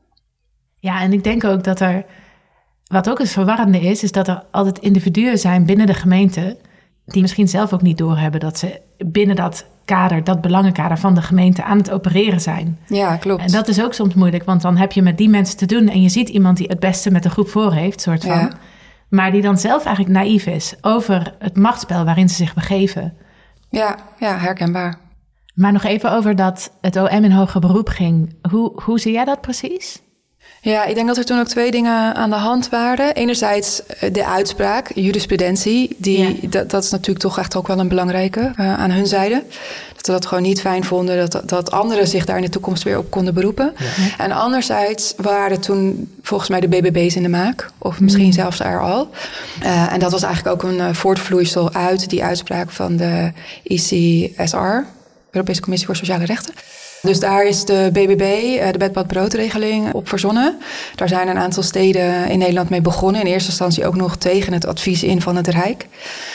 Ja, en ik denk ook dat er, wat ook het verwarrende is, is dat er altijd individuen zijn binnen de gemeente die misschien zelf ook niet doorhebben dat ze binnen dat kader, dat belangenkader van de gemeente aan het opereren zijn. Ja, klopt. En dat is ook soms moeilijk, want dan heb je met die mensen te doen en je ziet iemand die het beste met de groep voor heeft, soort van. Ja. Maar die dan zelf eigenlijk naïef is over het machtsspel waarin ze zich begeven. Ja, ja, herkenbaar. Maar nog even over dat het O M in hoger beroep ging. Hoe, hoe zie jij dat precies? Ja, ik denk dat er toen ook twee dingen aan de hand waren. Enerzijds de uitspraak, jurisprudentie. Die, ja. dat, dat is natuurlijk toch echt ook wel een belangrijke uh, aan hun zijde. Dat ze dat gewoon niet fijn vonden. Dat, dat anderen zich daar in de toekomst weer op konden beroepen. Ja. En anderzijds waren toen volgens mij de B B B's in de maak. Of misschien mm. zelfs er al. Uh, en dat was eigenlijk ook een uh, voortvloeisel uit die uitspraak van de I C S R. Europese Commissie voor Sociale Rechten. Dus daar is de B B B, de bed-bad-broodregeling, op verzonnen. Daar zijn een aantal steden in Nederland mee begonnen. In eerste instantie ook nog tegen het advies in van het Rijk.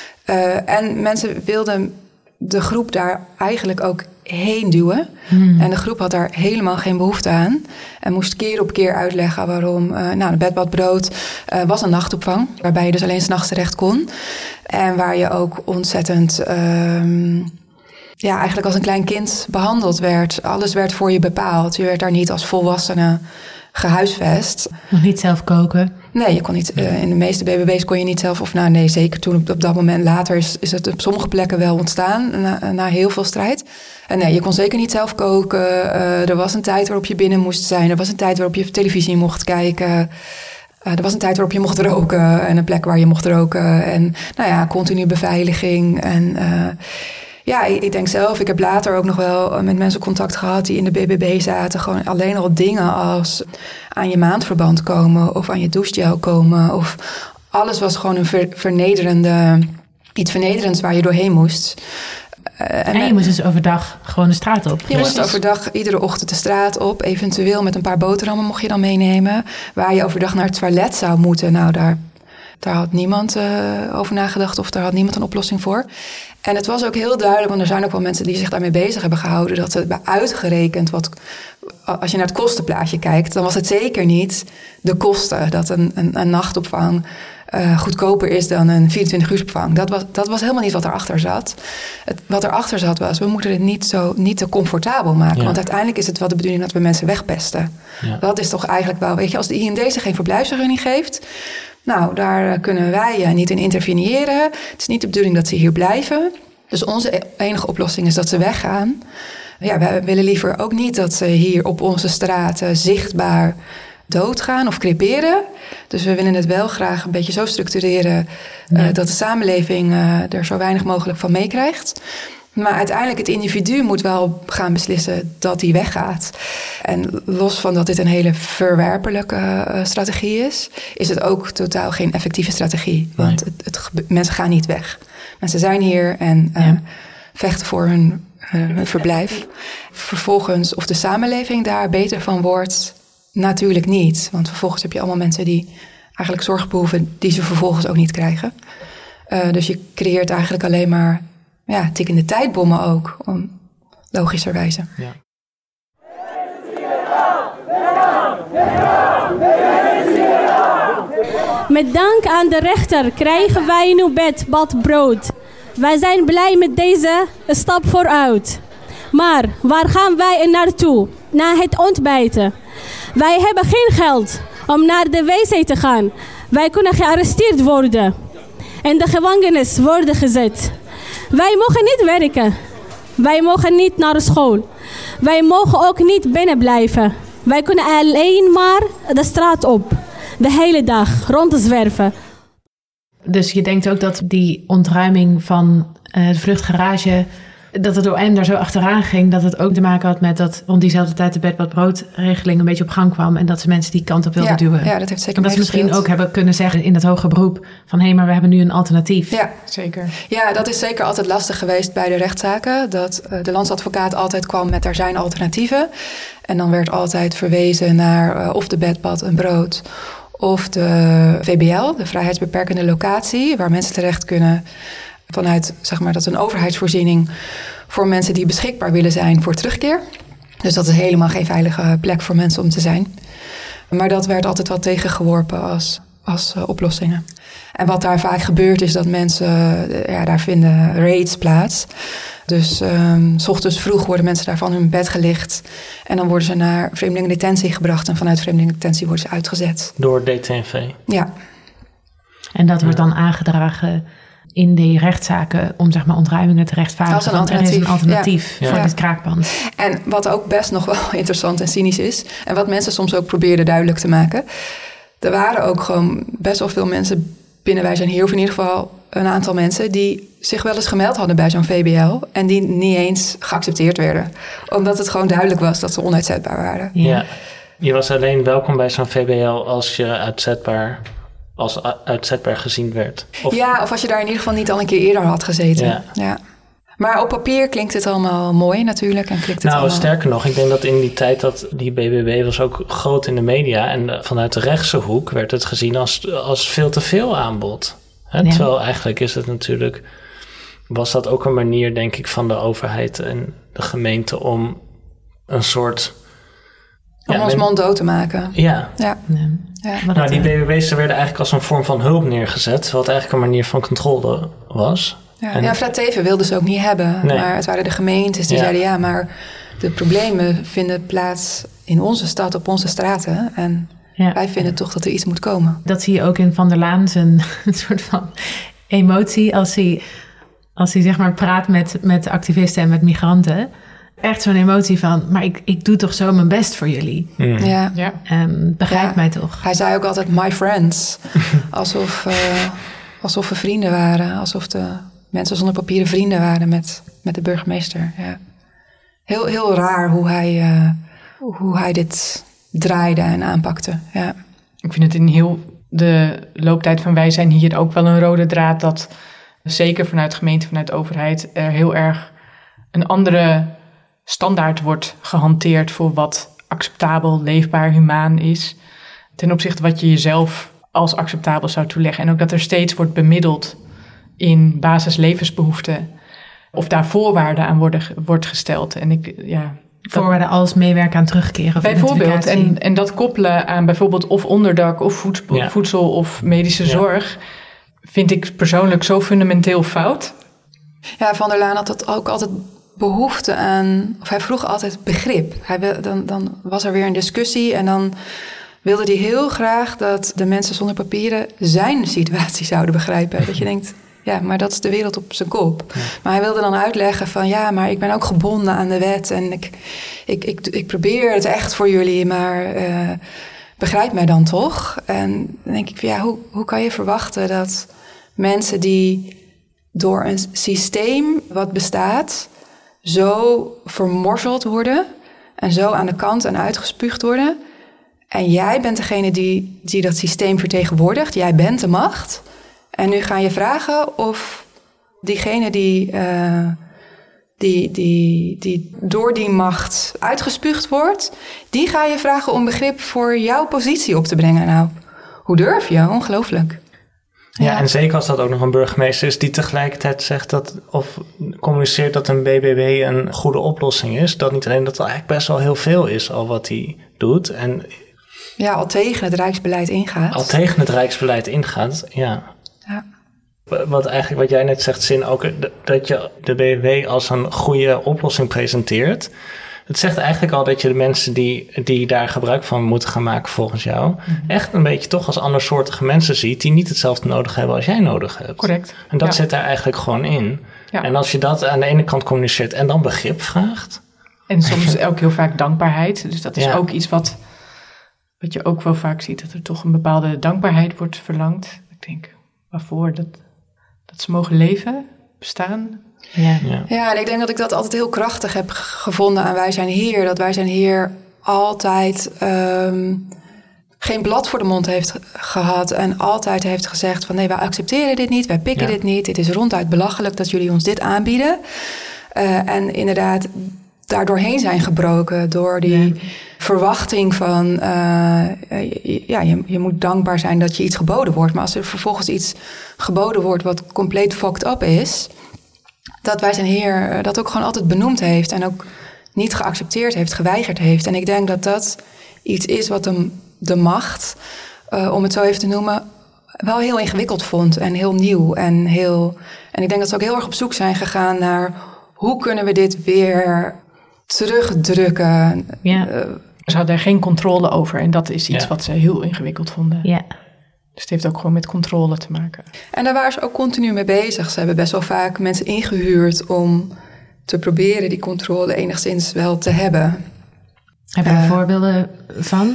Uh, en mensen wilden de groep daar eigenlijk ook heen duwen. Hmm. En de groep had daar helemaal geen behoefte aan. En moest keer op keer uitleggen waarom. Uh, nou, de bed-bad-brood uh, was een nachtopvang, waarbij je dus alleen 's nachts terecht kon. En waar je ook ontzettend Uh, ja, eigenlijk als een klein kind behandeld werd. Alles werd voor je bepaald. Je werd daar niet als volwassene gehuisvest. Nog niet zelf koken? Nee, je kon niet. Uh, in de meeste B B B's kon je niet zelf. Of nou nee, zeker toen op, op dat moment later is, is het op sommige plekken wel ontstaan. Na, na heel veel strijd. En nee, je kon zeker niet zelf koken. Uh, er was een tijd waarop je binnen moest zijn. Er was een tijd waarop je televisie mocht kijken. Uh, er was een tijd waarop je mocht roken. En een plek waar je mocht roken. En nou ja, continu beveiliging. En Uh, ja, ik denk zelf, ik heb later ook nog wel met mensen contact gehad die in de B B B zaten. Gewoon alleen al dingen als aan je maandverband komen of aan je douchegel komen. Of alles was gewoon een ver, vernederende, iets vernederends waar je doorheen moest. Uh, en, en je moest dus overdag gewoon de straat op. Je moest overdag iedere ochtend de straat op. Eventueel met een paar boterhammen mocht je dan meenemen. Waar je overdag naar het toilet zou moeten. Nou, daar, daar had niemand uh, over nagedacht of daar had niemand een oplossing voor. En het was ook heel duidelijk, want er zijn ook wel mensen die zich daarmee bezig hebben gehouden, dat ze hebben uitgerekend wat, als je naar het kostenplaatje kijkt, dan was het zeker niet de kosten dat een, een, een nachtopvang uh, goedkoper is dan een vierentwintig uursopvang. Dat was, dat was helemaal niet wat erachter zat. Het, wat erachter zat was, we moeten het niet, zo, niet te comfortabel maken. Ja. Want uiteindelijk is het wel de bedoeling dat we mensen wegpesten. Ja. Dat is toch eigenlijk wel, weet je, als de I N D geen verblijfsvergunning geeft, nou, daar kunnen wij uh, niet in interveneren. Het is niet de bedoeling dat ze hier blijven. Dus onze enige oplossing is dat ze weggaan. Ja, wij willen liever ook niet dat ze hier op onze straten zichtbaar doodgaan of creperen. Dus we willen het wel graag een beetje zo structureren uh, ja. dat de samenleving uh, er zo weinig mogelijk van meekrijgt. Maar uiteindelijk het individu moet wel gaan beslissen dat hij weggaat. En los van dat dit een hele verwerpelijke uh, strategie is, is het ook totaal geen effectieve strategie. Want nee. het, het, mensen gaan niet weg. Mensen zijn hier en uh, ja. vechten voor hun, uh, hun verblijf. Vervolgens of de samenleving daar beter van wordt, natuurlijk niet. Want vervolgens heb je allemaal mensen die eigenlijk zorg behoeven die ze vervolgens ook niet krijgen. Uh, dus je creëert eigenlijk alleen maar ja, tikkende tijdbommen ook, om, logischerwijze. Ja. Met dank aan de rechter krijgen wij nu bed, bad, brood. Wij zijn blij met deze stap vooruit. Maar waar gaan wij er naartoe? Na het ontbijten. Wij hebben geen geld om naar de wc te gaan. Wij kunnen gearresteerd worden. En de gevangenis worden gezet. Wij mogen niet werken. Wij mogen niet naar school. Wij mogen ook niet binnen blijven. Wij kunnen alleen maar de straat op. De hele dag rondzwerven. Dus je denkt ook dat die ontruiming van uh, de vluchtgarage, dat het O M daar zo achteraan ging, dat het ook te maken had met dat rond diezelfde tijd de bed-bad-brood-regeling een beetje op gang kwam en dat ze mensen die kant op wilden ja, duwen. Ja, dat heeft zeker en dat ze misschien ook hebben kunnen zeggen in het hoger beroep van hé, hey, maar we hebben nu een alternatief. Ja, zeker. Ja, dat is zeker altijd lastig geweest bij de rechtszaken. Dat uh, de landsadvocaat altijd kwam met er zijn alternatieven. En dan werd altijd verwezen naar uh, of de bed-bad en brood of de V B L, de vrijheidsbeperkende locatie, waar mensen terecht kunnen vanuit, zeg maar, dat is een overheidsvoorziening voor mensen die beschikbaar willen zijn voor terugkeer. Dus dat is helemaal geen veilige plek voor mensen om te zijn. Maar dat werd altijd wel tegengeworpen als, als uh, oplossingen. En wat daar vaak gebeurt is dat mensen, uh, ja, daar vinden raids plaats. Dus um, 's ochtends vroeg worden mensen daar van hun bed gelicht. En dan worden ze naar vreemdelingendetentie gebracht. En vanuit vreemdelingendetentie worden ze uitgezet. Door D T N V? Ja. En dat wordt dan aangedragen in die rechtszaken om, zeg maar, ontruimingen te rechtvaardigen. Als een alternatief. Er is een alternatief ja. voor ja. dit kraakpand. En wat ook best nog wel interessant en cynisch is, en wat mensen soms ook probeerden duidelijk te maken, er waren ook gewoon best wel veel mensen binnen Wij Zijn Hier, of in ieder geval een aantal mensen die zich wel eens gemeld hadden bij zo'n V B L en die niet eens geaccepteerd werden. Omdat het gewoon duidelijk was dat ze onuitzetbaar waren. Ja. ja. Je was alleen welkom bij zo'n V B L als je uitzetbaar, als uitzetbaar gezien werd. Of... Ja, of als je daar in ieder geval niet al een keer eerder had gezeten. Ja. ja. Maar op papier klinkt het allemaal mooi natuurlijk. En klinkt het nou, allemaal... sterker nog, ik denk dat in die tijd dat die B B B was ook groot in de media. En vanuit de rechtse hoek werd het gezien als, als veel te veel aanbod. Hè? Ja. Terwijl eigenlijk is het natuurlijk, was dat ook een manier, denk ik, van de overheid en de gemeente om een soort... Om ja, ons men... mond dood te maken. Ja. ja. ja. ja. Nou, die B B B's werden eigenlijk als een vorm van hulp neergezet. Wat eigenlijk een manier van controle was. Ja, en... ja Fred Teven wilden ze ook niet hebben. Nee. Maar het waren de gemeentes die ja. zeiden ja, maar de problemen vinden plaats in onze stad, op onze straten. En ja. wij vinden toch dat er iets moet komen. Dat zie je ook in Van der Laan, zijn een soort van emotie als hij, als hij zeg maar praat met, met activisten en met migranten. Echt zo'n emotie van, maar ik, ik doe toch zo mijn best voor jullie. Mm. Ja. Ja. Um, begrijp ja. mij toch. Hij zei ook altijd my friends. alsof, uh, alsof we vrienden waren. Alsof de mensen zonder papieren vrienden waren met, met de burgemeester. Ja. Heel, heel raar hoe hij, uh, hoe hij dit draaide en aanpakte. Ja. Ik vind het in heel de looptijd van Wij Zijn Hier ook wel een rode draad dat zeker vanuit gemeente, vanuit de overheid er heel erg een andere standaard wordt gehanteerd voor wat acceptabel, leefbaar, humaan is. Ten opzichte wat je jezelf als acceptabel zou toeleggen. En ook dat er steeds wordt bemiddeld in basislevensbehoeften. Of daar voorwaarden aan worden, wordt gesteld. En ik, ja, voorwaarden als meewerken aan terugkeren. Of bijvoorbeeld. En, en dat koppelen aan bijvoorbeeld of onderdak of voedsel, ja. voedsel of medische ja. zorg. Vind ik persoonlijk zo fundamenteel fout. Ja, Van der Laan had dat ook altijd behoefte aan, of hij vroeg altijd begrip. Hij wil, dan, dan was er weer een discussie en dan wilde hij heel graag dat de mensen zonder papieren zijn situatie zouden begrijpen. Dat je denkt, ja, maar dat is de wereld op zijn kop. Ja. Maar hij wilde dan uitleggen van, ja, maar ik ben ook gebonden aan de wet en ik, ik, ik, ik probeer het echt voor jullie, maar uh, begrijp mij dan toch? En dan denk ik, ja, hoe, hoe kan je verwachten dat mensen die door een systeem wat bestaat zo vermorzeld worden en zo aan de kant en uitgespuugd worden. En jij bent degene die, die dat systeem vertegenwoordigt. Jij bent de macht. En nu ga je vragen of diegene die, uh, die, die, die door die macht uitgespuugd wordt, die ga je vragen om begrip voor jouw positie op te brengen. Nou, hoe durf je? Ongelooflijk. Ja, ja, en zeker als dat ook nog een burgemeester is die tegelijkertijd zegt dat of communiceert dat een B B B een goede oplossing is. Dat niet alleen dat er eigenlijk best wel heel veel is al wat hij doet. En ja, al tegen het Rijksbeleid ingaat. Al tegen het Rijksbeleid ingaat, ja. ja. Wat eigenlijk wat jij net zegt, Zin, ook dat je de B B B als een goede oplossing presenteert. Het zegt eigenlijk al dat je de mensen die, die daar gebruik van moeten gaan maken volgens jou, mm-hmm. echt een beetje toch als andersoortige mensen ziet die niet hetzelfde nodig hebben als jij nodig hebt. Correct. En dat ja. zit daar eigenlijk gewoon in. Ja. En als je dat aan de ene kant communiceert en dan begrip vraagt. En soms ook heel vaak dankbaarheid. Dus dat is ja. ook iets wat, wat je ook wel vaak ziet, dat er toch een bepaalde dankbaarheid wordt verlangd. Ik denk, waarvoor? Dat, dat ze mogen leven, bestaan. Ja. Ja. ja, en ik denk dat ik dat altijd heel krachtig heb gevonden aan Wij Zijn Hier. Dat Wij Zijn Hier altijd um, geen blad voor de mond heeft gehad. En altijd heeft gezegd van nee, wij accepteren dit niet. Wij pikken ja. dit niet. Het is ronduit belachelijk dat jullie ons dit aanbieden. Uh, en inderdaad daardoorheen zijn gebroken door die ja. verwachting van Uh, ja, je, je moet dankbaar zijn dat je iets geboden wordt. Maar als er vervolgens iets geboden wordt wat compleet fucked up is, dat Wij Zijn Hier dat ook gewoon altijd benoemd heeft en ook niet geaccepteerd heeft, geweigerd heeft. En ik denk dat dat iets is wat de, de macht, uh, om het zo even te noemen, wel heel ingewikkeld vond en heel nieuw. En, heel, en ik denk dat ze ook heel erg op zoek zijn gegaan naar hoe kunnen we dit weer terugdrukken. Ja. Uh, ze hadden er geen controle over en dat is iets ja. wat ze heel ingewikkeld vonden. Ja. Dus het heeft ook gewoon met controle te maken. En daar waren ze ook continu mee bezig. Ze hebben best wel vaak mensen ingehuurd om te proberen die controle enigszins wel te hebben. Heb je er uh, voorbeelden van?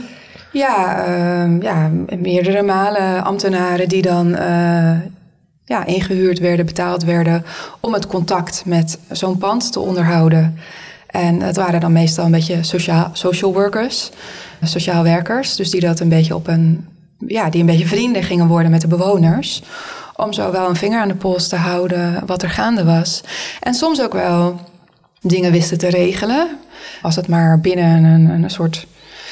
Ja, uh, ja, meerdere malen ambtenaren die dan uh, ja, ingehuurd werden, betaald werden om het contact met zo'n pand te onderhouden. En het waren dan meestal een beetje sociaal, social workers, sociaal werkers. Dus die dat een beetje op een ja, die een beetje vrienden gingen worden met de bewoners, om zo wel een vinger aan de pols te houden wat er gaande was. En soms ook wel dingen wisten te regelen, als het maar binnen een, een soort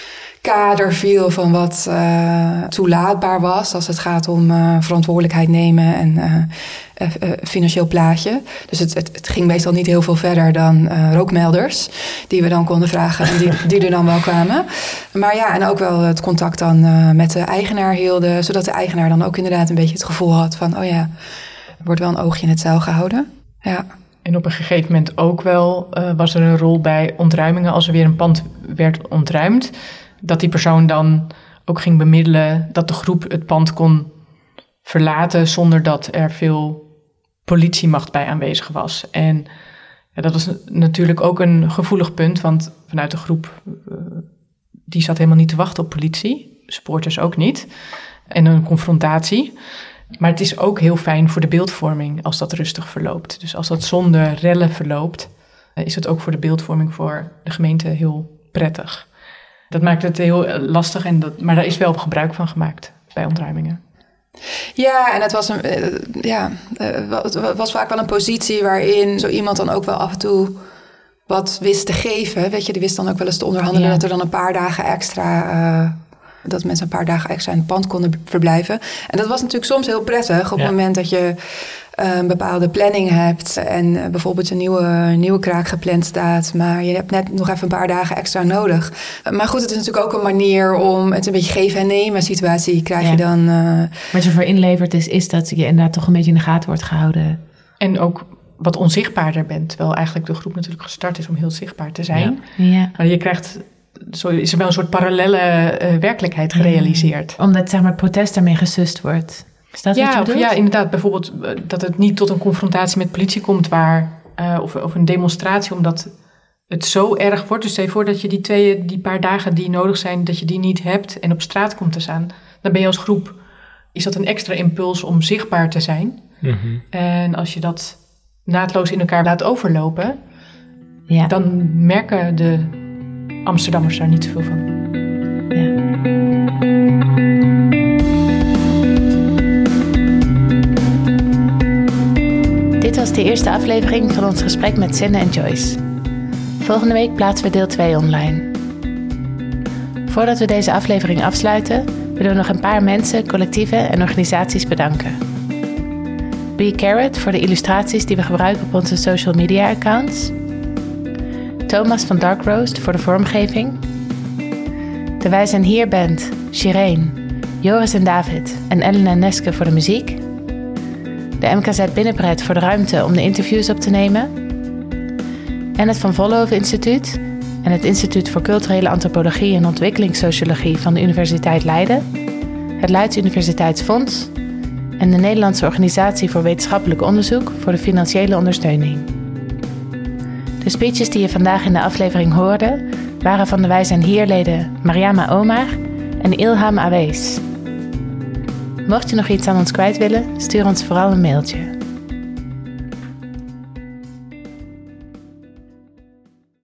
kader viel van wat uh, toelaatbaar was, als het gaat om uh, verantwoordelijkheid nemen en uh, uh, uh, financieel plaatje. Dus het, het, het ging meestal niet heel veel verder dan uh, rookmelders, die we dan konden vragen en die, die er dan wel kwamen. Maar ja, en ook wel het contact dan uh, met de eigenaar hielden, zodat de eigenaar dan ook inderdaad een beetje het gevoel had van, oh ja, er wordt wel een oogje in het zeil gehouden. Ja. En op een gegeven moment ook wel uh, was er een rol bij ontruimingen. Als er weer een pand werd ontruimd, dat die persoon dan ook ging bemiddelen dat de groep het pand kon verlaten zonder dat er veel politiemacht bij aanwezig was. En ja, dat was natuurlijk ook een gevoelig punt, want vanuit de groep, uh, die zat helemaal niet te wachten op politie. Supporters ook niet. En een confrontatie. Maar het is ook heel fijn voor de beeldvorming als dat rustig verloopt. Dus als dat zonder rellen verloopt, is het ook voor de beeldvorming voor de gemeente heel prettig. Dat maakt het heel lastig, en dat, maar daar is wel gebruik van gemaakt bij ontruimingen. Ja, en het was, een, uh, ja, uh, het was vaak wel een positie waarin zo iemand dan ook wel af en toe wat wist te geven. Weet je, die wist dan ook wel eens te onderhandelen Ja. dat er dan een paar dagen extra... Uh, dat mensen een paar dagen extra in het pand konden verblijven. En dat was natuurlijk soms heel prettig op ja. het moment dat je uh, een bepaalde planning hebt en uh, bijvoorbeeld een nieuwe, nieuwe kraak gepland staat, maar je hebt net nog even een paar dagen extra nodig. Uh, maar goed, het is natuurlijk ook een manier om het een beetje geven en nemen situatie krijg ja. je dan. Uh, Wat je voor inlevert is, is dat je inderdaad toch een beetje in de gaten wordt gehouden. En ook wat onzichtbaarder bent, terwijl eigenlijk de groep natuurlijk gestart is om heel zichtbaar te zijn. Ja. Ja. Maar je krijgt... Zo is er wel een soort parallelle uh, werkelijkheid gerealiseerd. Ja, omdat zeg maar, het protest daarmee gesust wordt. Is dat ja, wat je of, bedoelt? Ja, inderdaad. Bijvoorbeeld uh, dat het niet tot een confrontatie met politie komt... Waar, uh, of, of een demonstratie, omdat het zo erg wordt. Dus stel je voor dat je die, twee, die paar dagen die nodig zijn... dat je die niet hebt en op straat komt te staan. Dan ben je als groep... is dat een extra impuls om zichtbaar te zijn. Mm-hmm. En als je dat naadloos in elkaar laat overlopen... Ja. dan merken de... Amsterdammers daar niet zoveel van. Ja. Dit was de eerste aflevering van ons gesprek met Sinne en Joyce. Volgende week plaatsen we deel twee online. Voordat we deze aflevering afsluiten, willen we nog een paar mensen, collectieven en organisaties bedanken. Be Carrot voor de illustraties die we gebruiken op onze social media accounts. Thomas van Dark Roast voor de vormgeving. De Wij Zijn Hier Band, Shireen, Joris en David en Ellen en Neske voor de muziek. De M K Z Binnenpret voor de ruimte om de interviews op te nemen. En het Van Vollenhoven Instituut en het Instituut voor Culturele Antropologie en Ontwikkelingssociologie van de Universiteit Leiden. Het Leids Universiteitsfonds en de Nederlandse Organisatie voor Wetenschappelijk Onderzoek voor de financiële ondersteuning. De speeches die je vandaag in de aflevering hoorde, waren van de Wij Zijn Hier-leden Mariama Omar en Ilham Awees. Mocht je nog iets aan ons kwijt willen, stuur ons vooral een mailtje.